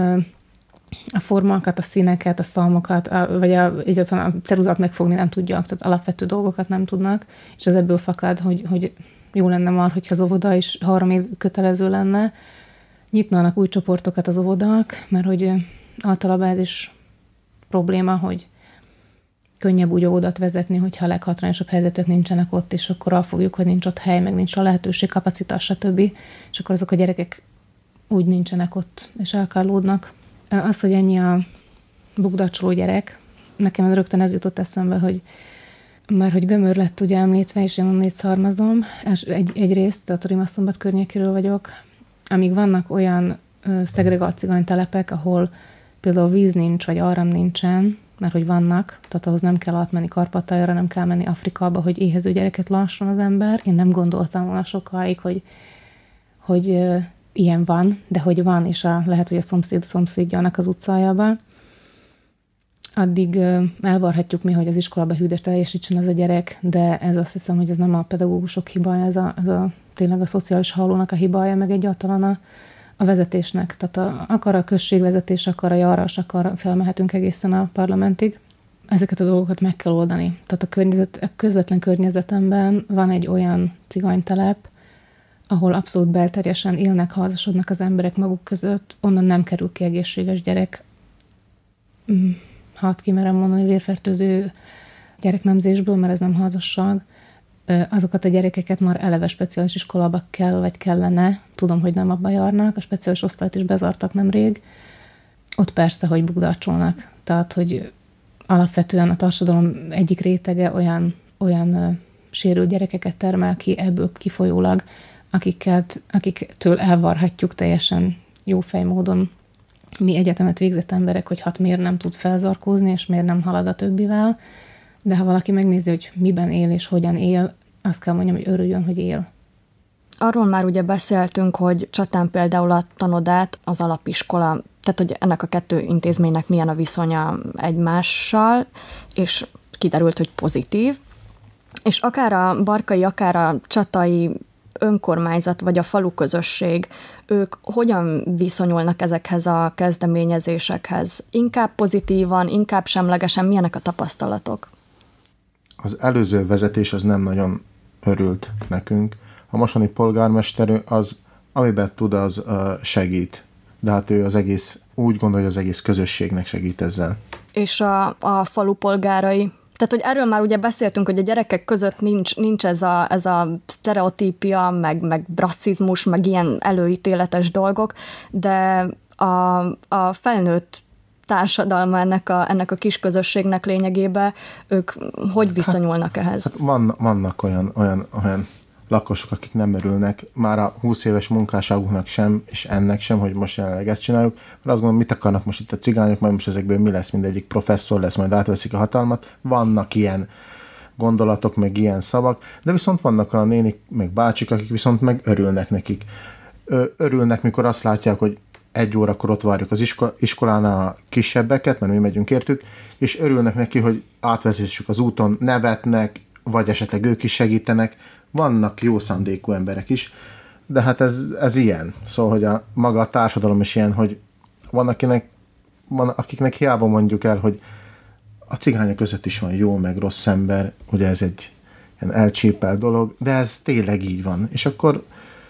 a formákat, a színeket, a számokat, a, vagy a, egyáltalán a ceruzát megfogni nem tudják, tehát alapvető dolgokat nem tudnak, és ez ebből fakad, hogy, hogy jó lenne már, hogyha az óvoda is három év kötelező lenne, nyitnának új csoportokat az óvodák, mert hogy általában ez is probléma, hogy könnyebb úgy óvodát vezetni, hogyha a leghátrányosabb helyzetek nincsenek ott, és akkor elfogjuk, hogy nincs ott hely, meg nincs a lehetőség, kapacitás, stb. És akkor azok a gyerekek úgy nincsenek ott, és elkárlódnak. Az, hogy ennyi a bukdacsoló gyerek, nekem rögtön ez jutott eszembe, hogy már hogy Gömör lett ugye említve, és én onnét származom, egy, egyrészt, tehát a Rimaszombat környékéről vagyok, amíg vannak olyan szegregált cigánytelepek, ahol például víz nincs, vagy áram nincsen, mert hogy vannak, tehát ahhoz nem kell átmenni Karpatájára, nem kell menni Afrikába, hogy éhező gyereket lásson az ember. Én nem gondoltam volna sokáig, hogy, hogy ilyen van, de hogy van, és a, lehet, hogy a szomszéd szomszédja annak az utcájában. Addig elvárhatjuk mi, hogy az iskolába hűdes teljesítsen az a gyerek, de ez azt hiszem, hogy ez nem a pedagógusok hibája, ez a, ez a tényleg a szociális hálónak a hibája, meg egyáltalán a, a vezetésnek. Tehát a, akar a községvezetés, akar a járás, akar felmehetünk egészen a parlamentig. Ezeket a dolgokat meg kell oldani. Tehát a, környezet, a közvetlen környezetemben van egy olyan cigánytelep, ahol abszolút belterjesen élnek, házasodnak az emberek maguk között, onnan nem kerül ki egészséges gyerek. Hát kimerem mondani, vérfertőző gyereknemzésből, mert ez nem házasság. Azokat a gyerekeket már eleve speciális iskolába kell, vagy kellene, tudom, hogy nem abba járnak, a speciális osztályt is bezártak nemrég. Ott persze, hogy bukdácsolnak. Tehát, hogy alapvetően a társadalom egyik rétege olyan, olyan sérült gyerekeket termel ki, ebből kifolyólag, akiket, akiktől elvárhatjuk teljesen jó fejmódon mi egyetemet végzett emberek, hogy hát miért nem tud felzarkózni, és miért nem halad a többivel, de ha valaki megnézi, hogy miben él és hogyan él, azt kell mondjam, hogy örüljön, hogy él. Arról már ugye beszéltünk, hogy Csatán például a tanodát, az alapiskola, tehát hogy ennek a kettő intézménynek milyen a viszonya egymással, és kiderült, hogy pozitív. És akár a barkai, akár a csatai önkormányzat, vagy a falu közösség, ők hogyan viszonyulnak ezekhez a kezdeményezésekhez? Inkább pozitívan, inkább semlegesen, milyenek a tapasztalatok? Az előző vezetés az nem nagyon örült nekünk. A mostani polgármester az, amiben tud, az segít. De hát ő az egész, úgy gondolja, hogy az egész közösségnek segít ezzel. És a, a falu polgárai? Tehát, hogy erről már ugye beszéltünk, hogy a gyerekek között nincs, nincs ez a, ez a sztereotípia, meg, meg rasszizmus, meg ilyen előítéletes dolgok, de a, a felnőtt társadalma ennek a, ennek a kis közösségnek lényegében, ők hogy viszonyulnak ehhez? Hát, hát van, vannak olyan, olyan, olyan lakosok, akik nem örülnek, már a húsz éves munkásságuknak sem, és ennek sem, hogy most jelenleg ezt csináljuk, mert azt gondolom, mit akarnak most itt a cigányok, majd most ezekből mi lesz, mindegyik professzor lesz, majd átveszik a hatalmat. Vannak ilyen gondolatok, meg ilyen szavak, de viszont vannak a nénik, meg bácsik, akik viszont meg örülnek nekik. Örülnek, mikor azt látják, hogy egy órakor ott várjuk az isko- iskolánál a kisebbeket, mert mi megyünk értük, és örülnek neki, hogy átvezessük az úton, nevetnek, vagy esetleg ők is segítenek. Vannak jó szándékú emberek is, de hát ez, ez ilyen. Szóval, hogy a, maga a társadalom is ilyen, hogy van, akinek, van, akiknek hiába mondjuk el, hogy a cigányok között is van jó meg rossz ember, ugye ez egy ilyen elcsépelt dolog, de ez tényleg így van. És akkor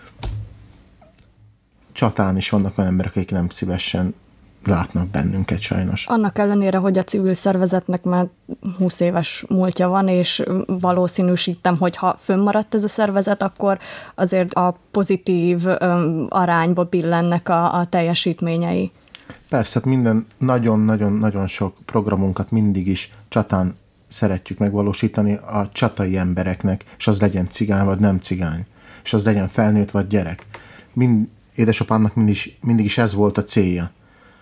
Csatán is vannak olyan emberek, akik nem szívesen látnak bennünket sajnos. Annak ellenére, hogy a civil szervezetnek már húsz éves múltja van, és valószínűsítem, hogy ha fönnmaradt ez a szervezet, akkor azért a pozitív öm, arányba billennek a, a teljesítményei. Persze, minden nagyon-nagyon-nagyon sok programunkat mindig is Csatán szeretjük megvalósítani a csatai embereknek, és az legyen cigány vagy nem cigány, és az legyen felnőtt vagy gyerek. Mind, édesapámnak mindig, mindig is ez volt a célja.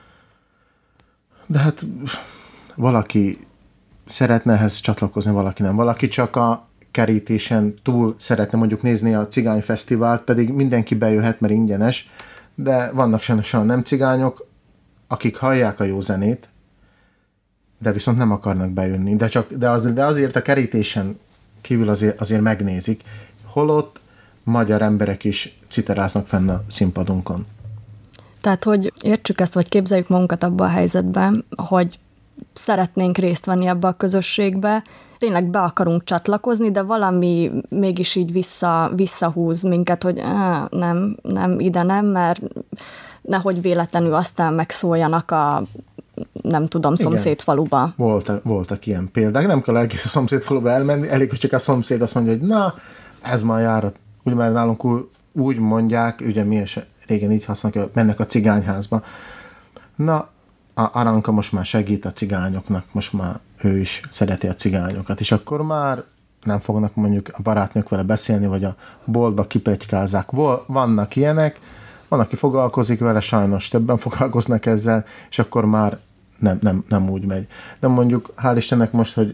De hát valaki szeretne ehhez csatlakozni, valaki nem. Valaki csak a kerítésen túl szeretne mondjuk nézni a cigányfesztivált, pedig mindenki bejöhet, mert ingyenes, de vannak sajnos olyan nem cigányok, akik hallják a jó zenét, de viszont nem akarnak bejönni. De, csak, de, az, de azért a kerítésen kívül azért, azért megnézik. Holott magyar emberek is citeráznak fenn a színpadunkon. Tehát, hogy értsük ezt, vagy képzeljük magunkat abba a helyzetben, hogy szeretnénk részt venni ebbe a közösségbe, tényleg be akarunk csatlakozni, de valami mégis így vissza, visszahúz minket, hogy á, nem, nem, ide nem, mert nehogy véletlenül aztán megszóljanak a nem tudom, szomszédfaluba. Voltak, voltak ilyen példák. Nem kell egész a szomszédfaluba elmenni, elég, hogy csak a szomszéd azt mondja, hogy na, ez már járat. Úgy már nálunk úgy mondják, ugye mi is régen így használják, hogy mennek a cigányházba. Na, a Aranka most már segít a cigányoknak, most már ő is szereti a cigányokat, és akkor már nem fognak mondjuk a barátnők vele beszélni, vagy a boltba kipletykálzák. Vannak ilyenek, van, aki foglalkozik vele, sajnos többen foglalkoznak ezzel, és akkor már nem, nem, nem úgy megy. De mondjuk, hál' Istennek most, hogy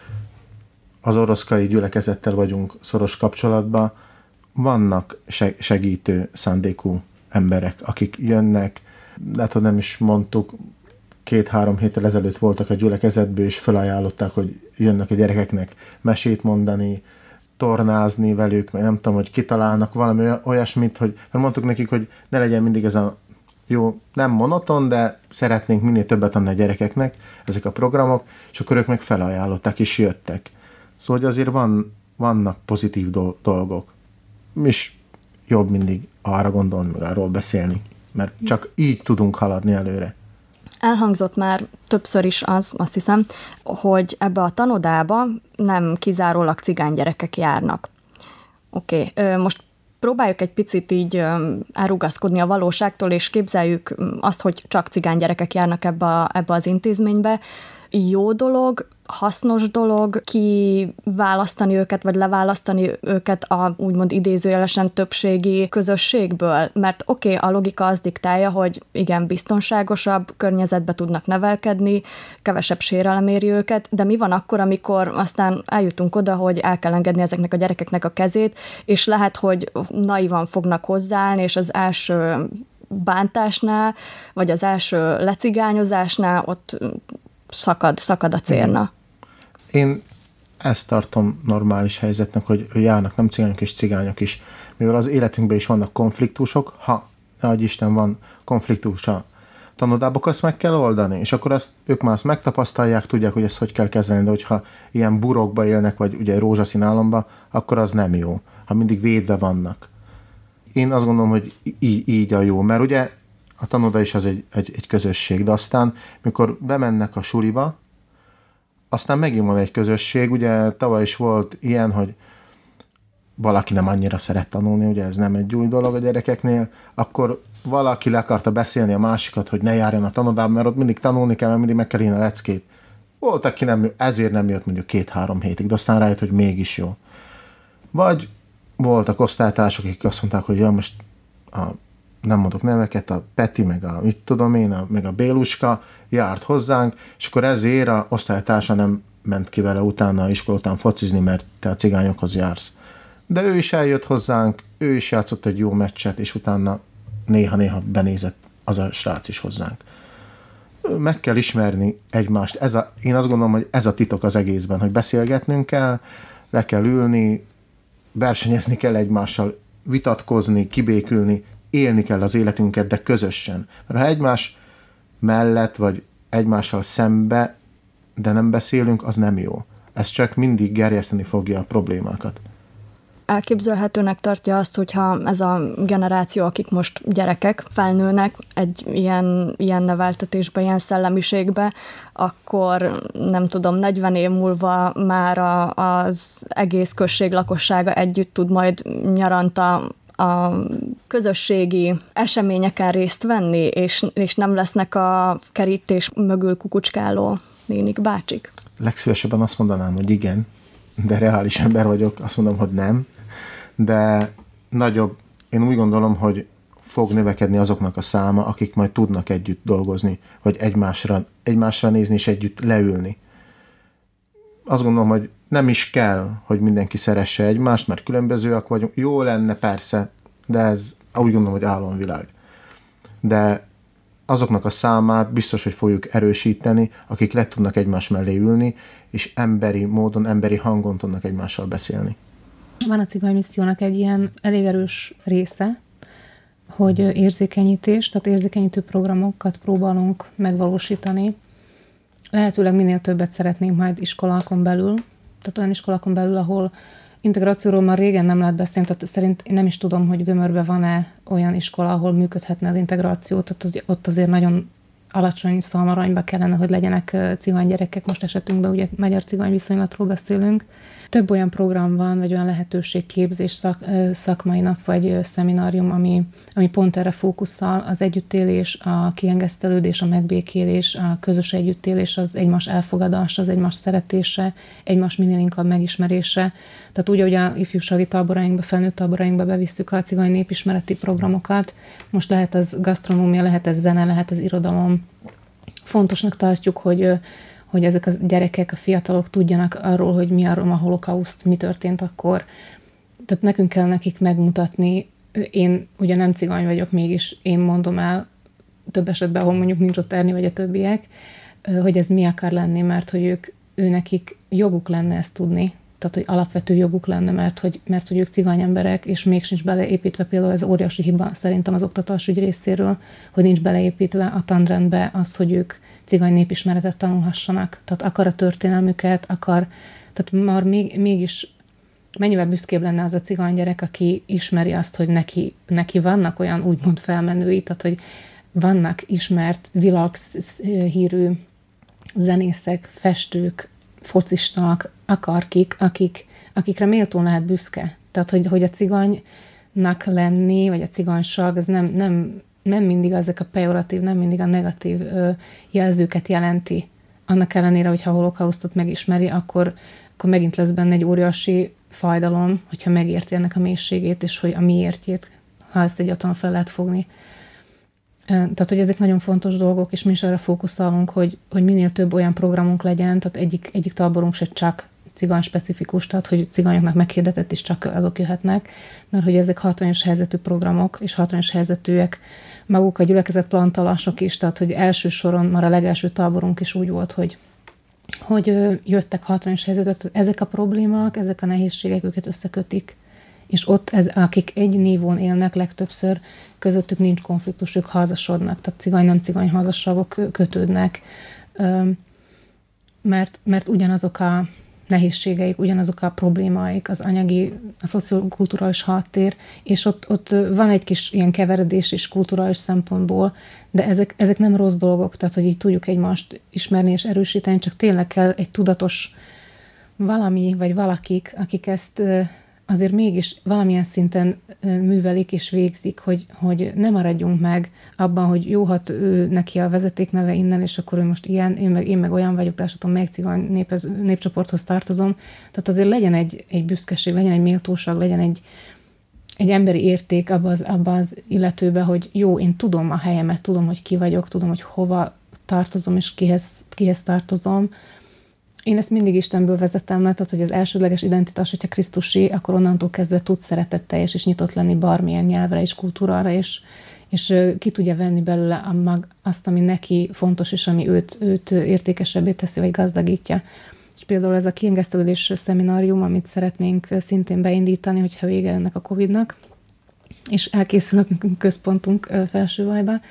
az oroszkai gyülekezettel vagyunk szoros kapcsolatban, vannak segítő szándékú emberek, akik jönnek, de hát nem is mondtuk, két-három héttel ezelőtt voltak a gyülekezetből, és felajánlották, hogy jönnek a gyerekeknek mesét mondani, tornázni velük, mert nem tudom, hogy kitalálnak valami olyasmit, hogy mondtuk nekik, hogy ne legyen mindig ez a jó, nem monoton, de szeretnénk minél többet adni a gyerekeknek, ezek a programok, és akkor ők meg felajánlották, és jöttek. Szóval, hogy azért van, vannak pozitív dolgok. És jobb mindig arra gondolni, meg arról beszélni, mert csak így tudunk haladni előre. Elhangzott már többször is az, azt hiszem, hogy ebbe a tanodába nem kizárólag cigány gyerekek járnak. Oké, okay. Most próbáljuk egy picit így elrugaszkodni a valóságtól, és képzeljük azt, hogy csak cigány gyerekek járnak ebbe, a, ebbe az intézménybe. jó dolog, hasznos dolog kiválasztani őket, vagy leválasztani őket a úgymond idézőjelesen többségi közösségből? Mert oké, okay, a logika az diktálja, hogy igen, biztonságosabb környezetbe tudnak nevelkedni, kevesebb sérelem éri őket, de mi van akkor, amikor aztán eljutunk oda, hogy el kell engedni ezeknek a gyerekeknek a kezét, és lehet, hogy naivan fognak hozzáállni, és az első bántásnál, vagy az első lecigányozásnál ott szakad, szakad a cérna. Én ezt tartom normális helyzetnek, hogy járnak nem cigányok és cigányok is. Mivel az életünkben is vannak konfliktusok, ha, nehogy Isten, van konfliktus a tanodában, azt meg kell oldani, és akkor azt, ők már azt megtapasztalják, tudják, hogy ezt hogy kell kezelni, de hogyha ilyen burokba élnek, vagy ugye rózsaszín álomba, akkor az nem jó, ha mindig védve vannak. Én azt gondolom, hogy í- így a jó, mert ugye a tanoda is az egy, egy, egy közösség, de aztán, mikor bemennek a suliba, aztán megint van egy közösség, ugye tavaly is volt ilyen, hogy valaki nem annyira szeret tanulni, ugye ez nem egy új dolog a gyerekeknél, akkor valaki le akarta beszélni a másikat, hogy ne járjon a tanodába, mert ott mindig tanulni kell, mert mindig meg kell írni a leckét. Volt, aki nem, ezért nem jött mondjuk két-három hétig, de aztán rájött, hogy mégis jó. Vagy voltak osztálytársak, akik azt mondták, hogy ja, most a, nem mondok neveket, a Peti, meg a mit tudom én, a, meg a Béluska járt hozzánk, és akkor ezért a osztálytársa nem ment ki vele utána, iskola után focizni, mert te a cigányokhoz jársz. De ő is eljött hozzánk, ő is játszott egy jó meccset, és utána néha-néha benézett az a srác is hozzánk. Meg kell ismerni egymást. Ez a, én azt gondolom, hogy ez a titok az egészben, hogy beszélgetnünk kell, le kell ülni, versenyezni kell egymással, vitatkozni, kibékülni, élni kell az életünket, de közösen. Mert ha egymás mellett, vagy egymással szembe, de nem beszélünk, az nem jó. Ez csak mindig gerjeszteni fogja a problémákat. Elképzelhetőnek tartja azt, hogyha ez a generáció, akik most gyerekek, felnőnek egy ilyen, ilyen neveltetésbe, ilyen szellemiségbe, akkor nem tudom, negyven év múlva már a, az egész község lakossága együtt tud majd nyaranta a közösségi eseményeken részt venni, és, és nem lesznek a kerítés mögül kukucskáló nénik, bácsik. Legszívesebben azt mondanám, hogy igen, de reális ember vagyok, azt mondom, hogy nem, de nagyobb, én úgy gondolom, hogy fog növekedni azoknak a száma, akik majd tudnak együtt dolgozni, vagy egymásra, egymásra nézni és együtt leülni. Azt gondolom, hogy nem is kell, hogy mindenki szeresse egymást, mert különbözőek vagyunk. Jó lenne persze, de ez úgy gondolom, hogy álomvilág. De azoknak a számát biztos, hogy fogjuk erősíteni, akik le tudnak egymás mellé ülni, és emberi módon, emberi hangon tudnak egymással beszélni. Van a cigánymissziónak egy ilyen elég erős része, hogy érzékenyítés, tehát érzékenyítő programokat próbálunk megvalósítani. Lehetőleg minél többet szeretnénk majd iskolákon belül, tehát olyan iskolákon belül, ahol integrációról már régen nem lehet beszélni, tehát szerint én nem is tudom, hogy Gömörben van-e olyan iskola, ahol működhetne az integráció, tehát ott azért nagyon alacsony szalmaranyba kellene, hogy legyenek cigány gyerekek, most esetünkben ugye magyar cigány viszonylatról beszélünk. Több olyan program van, vagy olyan lehetőségképzés, szak, szakmai nap, vagy szeminárium, ami, ami pont erre fókuszál, az együttélés, a kiengesztelődés, a megbékélés, a közös együttélés, az egymás elfogadása, az egymás szeretése, egymás minél inkább megismerése. Tehát úgy, hogy a ifjúsági táborainkba, felnőtt táborainkba bevisszük a cigány népismereti programokat, most lehet ez gasztronómia, lehet ez zene, lehet ez irodalom. Fontosnak tartjuk, hogy hogy ezek a gyerekek, a fiatalok tudjanak arról, hogy mi a roma holokauszt, mi történt akkor. Tehát nekünk kell nekik megmutatni, én ugye nem cigány vagyok, mégis én mondom el, több esetben, ahol mondjuk nincs ott Erni vagy a többiek, hogy ez mi akar lenni, mert hogy ők, ő nekik joguk lenne ezt tudni, tehát hogy alapvető joguk lenne, mert hogy, mert hogy ők cigány emberek, és még sincs beleépítve, például ez óriási hiba szerintem az oktatásügy részéről, hogy nincs beleépítve a tanrendbe az, hogy ők cigány népismeretet tanulhassanak. Tehát akar a történelmüket, akar, tehát már még, mégis mennyivel büszkébb lenne az a cigány gyerek, aki ismeri azt, hogy neki, neki vannak olyan úgymond felmenői, tehát hogy vannak ismert világhírű zenészek, festők, focisták, akarkik, akik, akikre méltón lehet büszke. Tehát, hogy, hogy a cigánynak lenni, vagy a cigányság, ez nem, nem, nem mindig ezek a pejoratív, nem mindig a negatív ö, jelzőket jelenti, annak ellenére, hogyha a holokausztot megismeri, akkor, akkor megint lesz benne egy óriási fájdalom, hogyha megérti ennek a mélységét, és hogy a miértjét, ha ezt egyáltalán fel lehet fogni. Tehát, hogy ezek nagyon fontos dolgok, és mi is arra fókuszálunk, hogy, hogy minél több olyan programunk legyen, tehát egyik, egyik táborunk se csak cigány specifikus, tehát hogy cigányoknak meghirdetett is csak azok jöhetnek, mert hogy ezek hátrányos helyzetű programok, és hátrányos helyzetűek maguk a gyülekezet plantalások is, tehát hogy első soron már a legelső táborunk is úgy volt, hogy, hogy jöttek hátrányos helyzetűek, ezek a problémák, ezek a nehézségek őket összekötik, és ott ez, akik egy nívón élnek, legtöbbször közöttük nincs konfliktus, ők házasodnak, tehát cigány-nem cigány házasságok kötődnek, mert, mert ugyanazok a nehézségeik, ugyanazok a problémáik, az anyagi, a szociokulturális háttér, és ott, ott van egy kis ilyen keveredés is kulturális szempontból, de ezek, ezek nem rossz dolgok, tehát hogy így tudjuk egymást ismerni és erősíteni, csak tényleg kell egy tudatos valami, vagy valakik, akik ezt azért mégis valamilyen szinten művelik és végzik, hogy, hogy ne maradjunk meg abban, hogy jó, hát ő neki a vezetékneve innen, és akkor ő most ilyen, én meg, én meg olyan vagyok, de azt melyik cigány népez, népcsoporthoz tartozom. Tehát azért legyen egy, egy büszkeség, legyen egy méltóság, legyen egy, egy emberi érték abban az, abba az illetőben, hogy jó, én tudom a helyemet, tudom, hogy ki vagyok, tudom, hogy hova tartozom, és kihez, kihez tartozom. Én ezt mindig Istenből vezettem le, tehát hogy az elsődleges identitás, hogyha Krisztusi, akkor onnantól kezdve tud szeretetteljes és nyitott lenni bármilyen nyelvre és kultúrára, és, és ki tudja venni belőle a mag, azt, ami neki fontos, és ami őt, őt értékesebbé teszi, vagy gazdagítja. És például ez a kiengesztelődés szeminárium, amit szeretnénk szintén beindítani, hogyha vége ennek a Covidnak, és elkészül a központunk Felsővajba,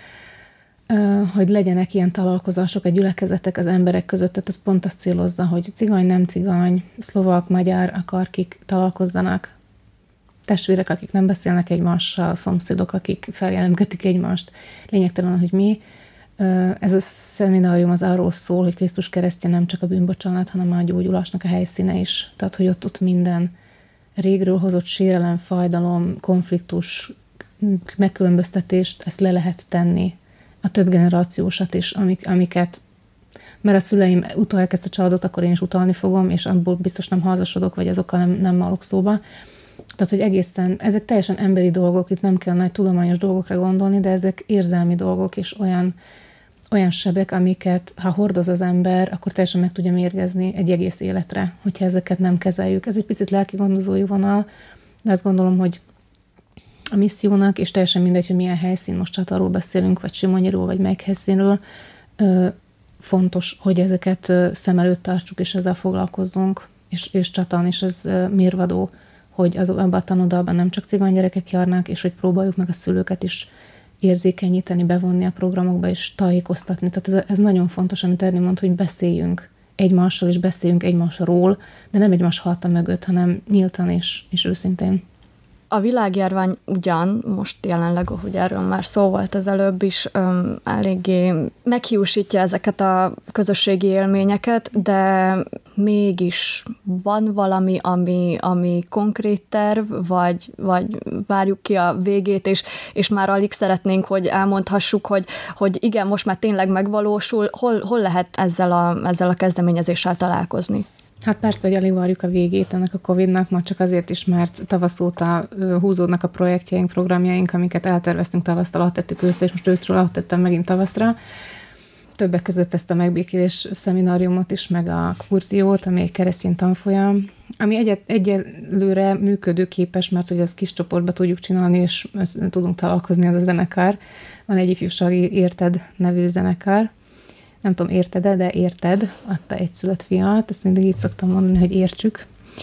hogy legyenek ilyen találkozások, a gyülekezetek az emberek között, tehát ez pont azt célozza, hogy cigány, nem cigány, szlovák, magyar, akárkik találkozzanak, testvérek, akik nem beszélnek egymással, szomszédok, akik feljelentgetik egymást, lényegtelen, hogy mi. Ez a szeminárium az arról szól, hogy Krisztus keresztje nem csak a bűnbocsánat, hanem a gyógyulásnak a helyszíne is. Tehát, hogy ott, ott minden régről hozott sérelem, fájdalom, konfliktus, megkülönböztetést, ezt le lehet tenni. A több generációsat is, amik, amiket, mert a szüleim utolják ezt a családot, akkor én is utalni fogom, és abból biztos nem házasodok, vagy azokkal nem, nem állok szóba. Tehát, hogy egészen, ezek teljesen emberi dolgok, itt nem kell nagy tudományos dolgokra gondolni, de ezek érzelmi dolgok, és olyan, olyan sebek, amiket, ha hordoz az ember, akkor teljesen meg tudja mérgezni egy egész életre, hogyha ezeket nem kezeljük. Ez egy picit lelki gondozói vonal, de azt gondolom, hogy a missziónak, és teljesen mindegy, hogy milyen helyszín, most csak arról beszélünk, vagy Simonyiról, vagy melyik helyszínről, fontos, hogy ezeket szem előtt tartsuk, és ezzel foglalkozzunk, és, és csatán, és ez mérvadó, hogy az, abban a tanodalban nem csak cigány gyerekek járnak, és hogy próbáljuk meg a szülőket is érzékenyíteni, bevonni a programokba, és tájékoztatni. Tehát ez, ez nagyon fontos, amit Erni mond, hogy beszéljünk egymással, és beszéljünk egymásról, de nem egymás háta mögött, hanem nyíltan és, és őszintén. A világjárvány ugyan, most jelenleg, ahogy erről már szó volt az előbb is, um, eléggé meghiúsítja ezeket a közösségi élményeket, de mégis van valami, ami, ami konkrét terv, vagy, vagy várjuk ki a végét, és, és már alig szeretnénk, hogy elmondhassuk, hogy, hogy igen, most már tényleg megvalósul. Hol, hol lehet ezzel a, ezzel a kezdeményezéssel találkozni? Hát persze, hogy alig várjuk a végét ennek a Covidnak, már csak azért is, mert tavasz óta húzódnak a projektjeink, programjaink, amiket elterveztünk tavasztal, áttettük őszre, és most őszről áttettem megint tavaszra. Többek között ezt a megbékélés szemináriumot is, meg a kurziót, ami egy keresztény tanfolyam, ami egy- egyelőre működőképes, mert hogy ezt kis csoportba tudjuk csinálni, és tudunk találkozni, az a zenekar. Van egy ifjúsági Érted nevű zenekar. Nem tudom, érted-e, de érted, adta egy szülött fiat, ezt mindig így szoktam mondani, hogy értsük.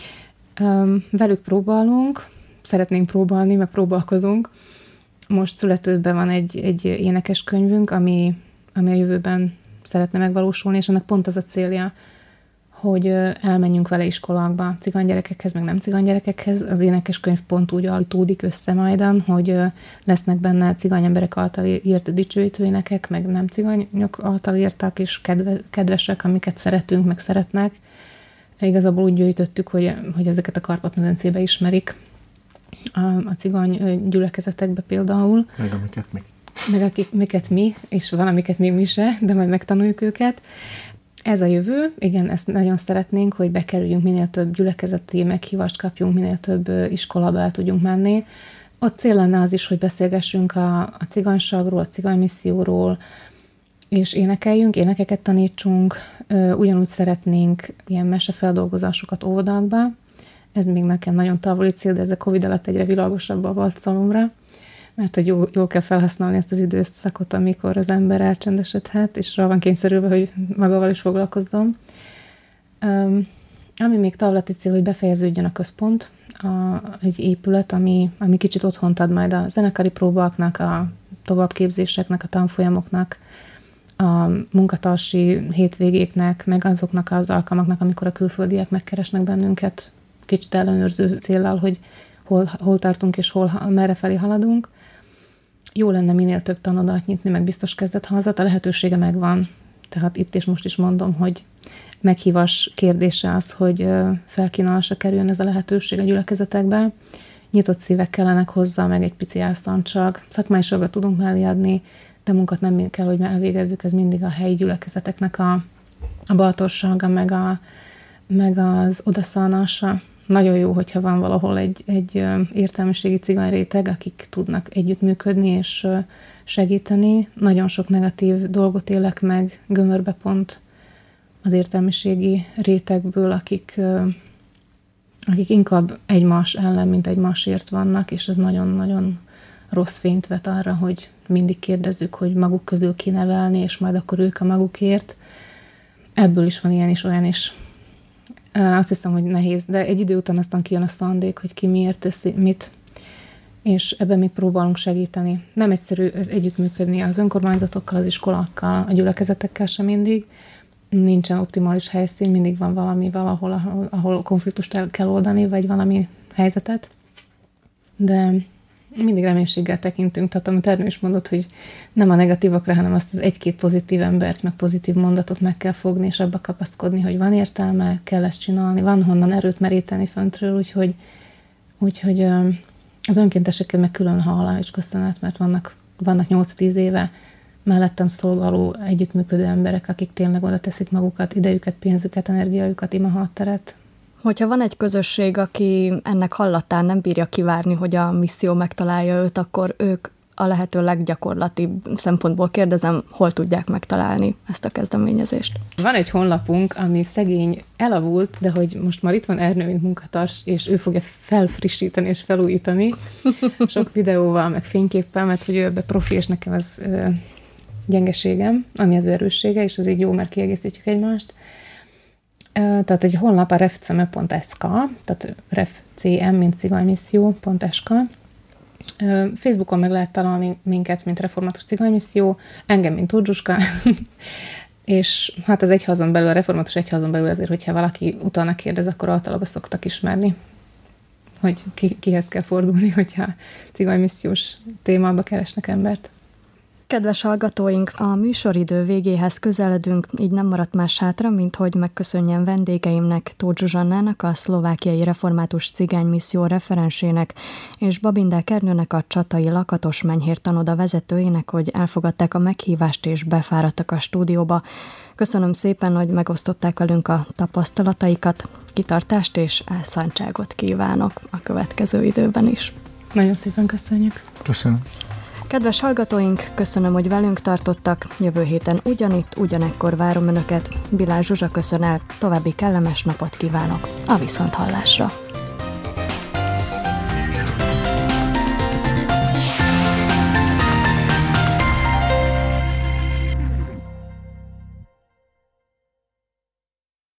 Velük próbálunk, szeretnénk próbálni, meg próbálkozunk. Most születődben van egy, egy énekeskönyvünk, ami, ami a jövőben szeretne megvalósulni, és ennek pont az a célja, hogy elmenjünk vele iskolákba, cigány-gyerekekhez, meg nem cigány-gyerekekhez. Az énekeskönyv pont úgy állítódik össze majdan, hogy lesznek benne cigány emberek által írt dicsőítő énekek, meg nem cigányok által írtak, és kedve, kedvesek, amiket szeretünk, meg szeretnek. Igazából úgy gyűjtöttük, hogy, hogy ezeket a Kárpát-medencébe ismerik, a, a cigány gyülekezetekbe például. Meg amiket mi. Meg akiket mi, és valamiket még mi se, de majd megtanuljuk őket. Ez a jövő, igen, ezt nagyon szeretnénk, hogy bekerüljünk, minél több gyülekezeti meghívást kapjunk, minél több iskolába el tudjunk menni. Ott cél lenne az is, hogy beszélgessünk a, a cigányságról, a cigánymisszióról, és énekeljünk, énekeket tanítsunk. Ugyanúgy szeretnénk ilyen mesefeldolgozásokat óvodákba. Ez még nekem nagyon távoli cél, de ez a Covid alatt egyre világosabbá volt számomra, mert hogy jól, jól kell felhasználni ezt az időszakot, amikor az ember elcsendesedhet, és rá van kényszerülve, hogy magával is foglalkozzon. Um, ami még távlati cél, hogy befejeződjön a központ, a, egy épület, ami, ami kicsit otthont ad majd a zenekari próbáknak, a továbbképzéseknek, a tanfolyamoknak, a munkatársi hétvégéknek, meg azoknak az alkalmaknak, amikor a külföldiek megkeresnek bennünket, kicsit ellenőrző céllal, hogy hol, hol tartunk és hol, merre felé haladunk. Jó lenne minél több tanodát nyitni, meg biztos kezdetházat, a lehetősége megvan. Tehát itt és most is mondom, hogy meghívás kérdése az, hogy felkínálásra kerüljön ez a lehetőség a gyülekezetekbe. Nyitott szívek kellenek hozzá, meg egy pici elszántság. Szakmaiságot tudunk mellé adni, de munkát nem kell, hogy elvégezzük, ez mindig a helyi gyülekezeteknek a, a bátorsága, meg, a, meg az odaszállása. Nagyon jó, hogyha van valahol egy, egy értelmiségi cigányréteg, akik tudnak együttműködni és segíteni. Nagyon sok negatív dolgot élek meg gömörbe pont az értelmiségi rétegből, akik, akik inkább egymás ellen, mint egymásért vannak, és ez nagyon-nagyon rossz fényt vet arra, hogy mindig kérdezzük, hogy maguk közül kinevelni, és majd akkor ők a magukért. Ebből is van ilyen is, olyan is. Azt hiszem, hogy nehéz, de egy idő után aztán kijön a szándék, hogy ki miért teszi, mit, és ebben még próbálunk segíteni. Nem egyszerű együttműködni az önkormányzatokkal, az iskolákkal, a gyülekezetekkel sem mindig. Nincsen optimális helyszín, mindig van valami valahol, ahol, ahol konfliktust el kell oldani, vagy valami helyzetet. De mindig reménységgel tekintünk, tehát amit Ernő is mondott, hogy nem a negatívakra, hanem azt az egy-két pozitív embert, meg pozitív mondatot meg kell fogni, és abba kapaszkodni, hogy van értelme, kell ezt csinálni, van honnan erőt meríteni föntről, úgyhogy, úgyhogy az önkéntesekkel meg külön hálá és köszönet, mert vannak, vannak nyolc-tíz éve mellettem szolgáló, együttműködő emberek, akik tényleg oda teszik magukat, idejüket, pénzüket, energiájukat, ima hátteret. Hogyha van egy közösség, aki ennek hallatán nem bírja kivárni, hogy a misszió megtalálja őt, akkor ők a lehető leggyakorlatibb szempontból kérdezem, hol tudják megtalálni ezt a kezdeményezést. Van egy honlapunk, ami szegény elavult, de hogy most már itt van Ernő, mint munkatárs, és ő fogja felfrissíteni és felújítani sok videóval, meg fényképpel, mert hogy ő ebbe profi, és nekem ez ö, gyengeségem, ami az ő erőssége, és az így jó, mert kiegészítjük egymást. Tehát egy honlap a refcm pont sk, tehát refcm, mint cigánymisszió pont sk. Facebookon meg lehet találni minket, mint Református Cigánymisszió, engem, mint Tódzsuska, és hát az egyházon belül, a Református Egyházon belül azért, hogyha valaki utána kérdez, akkor általában szoktak ismerni, hogy ki, kihez kell fordulni, hogyha cigánymissziós témába keresnek embert. Kedves hallgatóink, a műsoridő végéhez közeledünk, így nem maradt más hátra, mint hogy megköszönjem vendégeimnek, Tóth Zsuzsannának, a Szlovákiai Református Cigánymisszió referensének, és Babindák Ernőnek, a Csatai Lakatos Menyhér tanoda vezetőjének, hogy elfogadták a meghívást és befáradtak a stúdióba. Köszönöm szépen, hogy megosztották velünk a tapasztalataikat, kitartást és elszántságot kívánok a következő időben is. Nagyon szépen köszönjük. Köszönöm. Kedves hallgatóink, köszönöm, hogy velünk tartottak. Jövő héten ugyanitt, ugyanekkor várom Önöket. Bilár Zsuzsa köszön el, további kellemes napot kívánok. A viszonthallásra!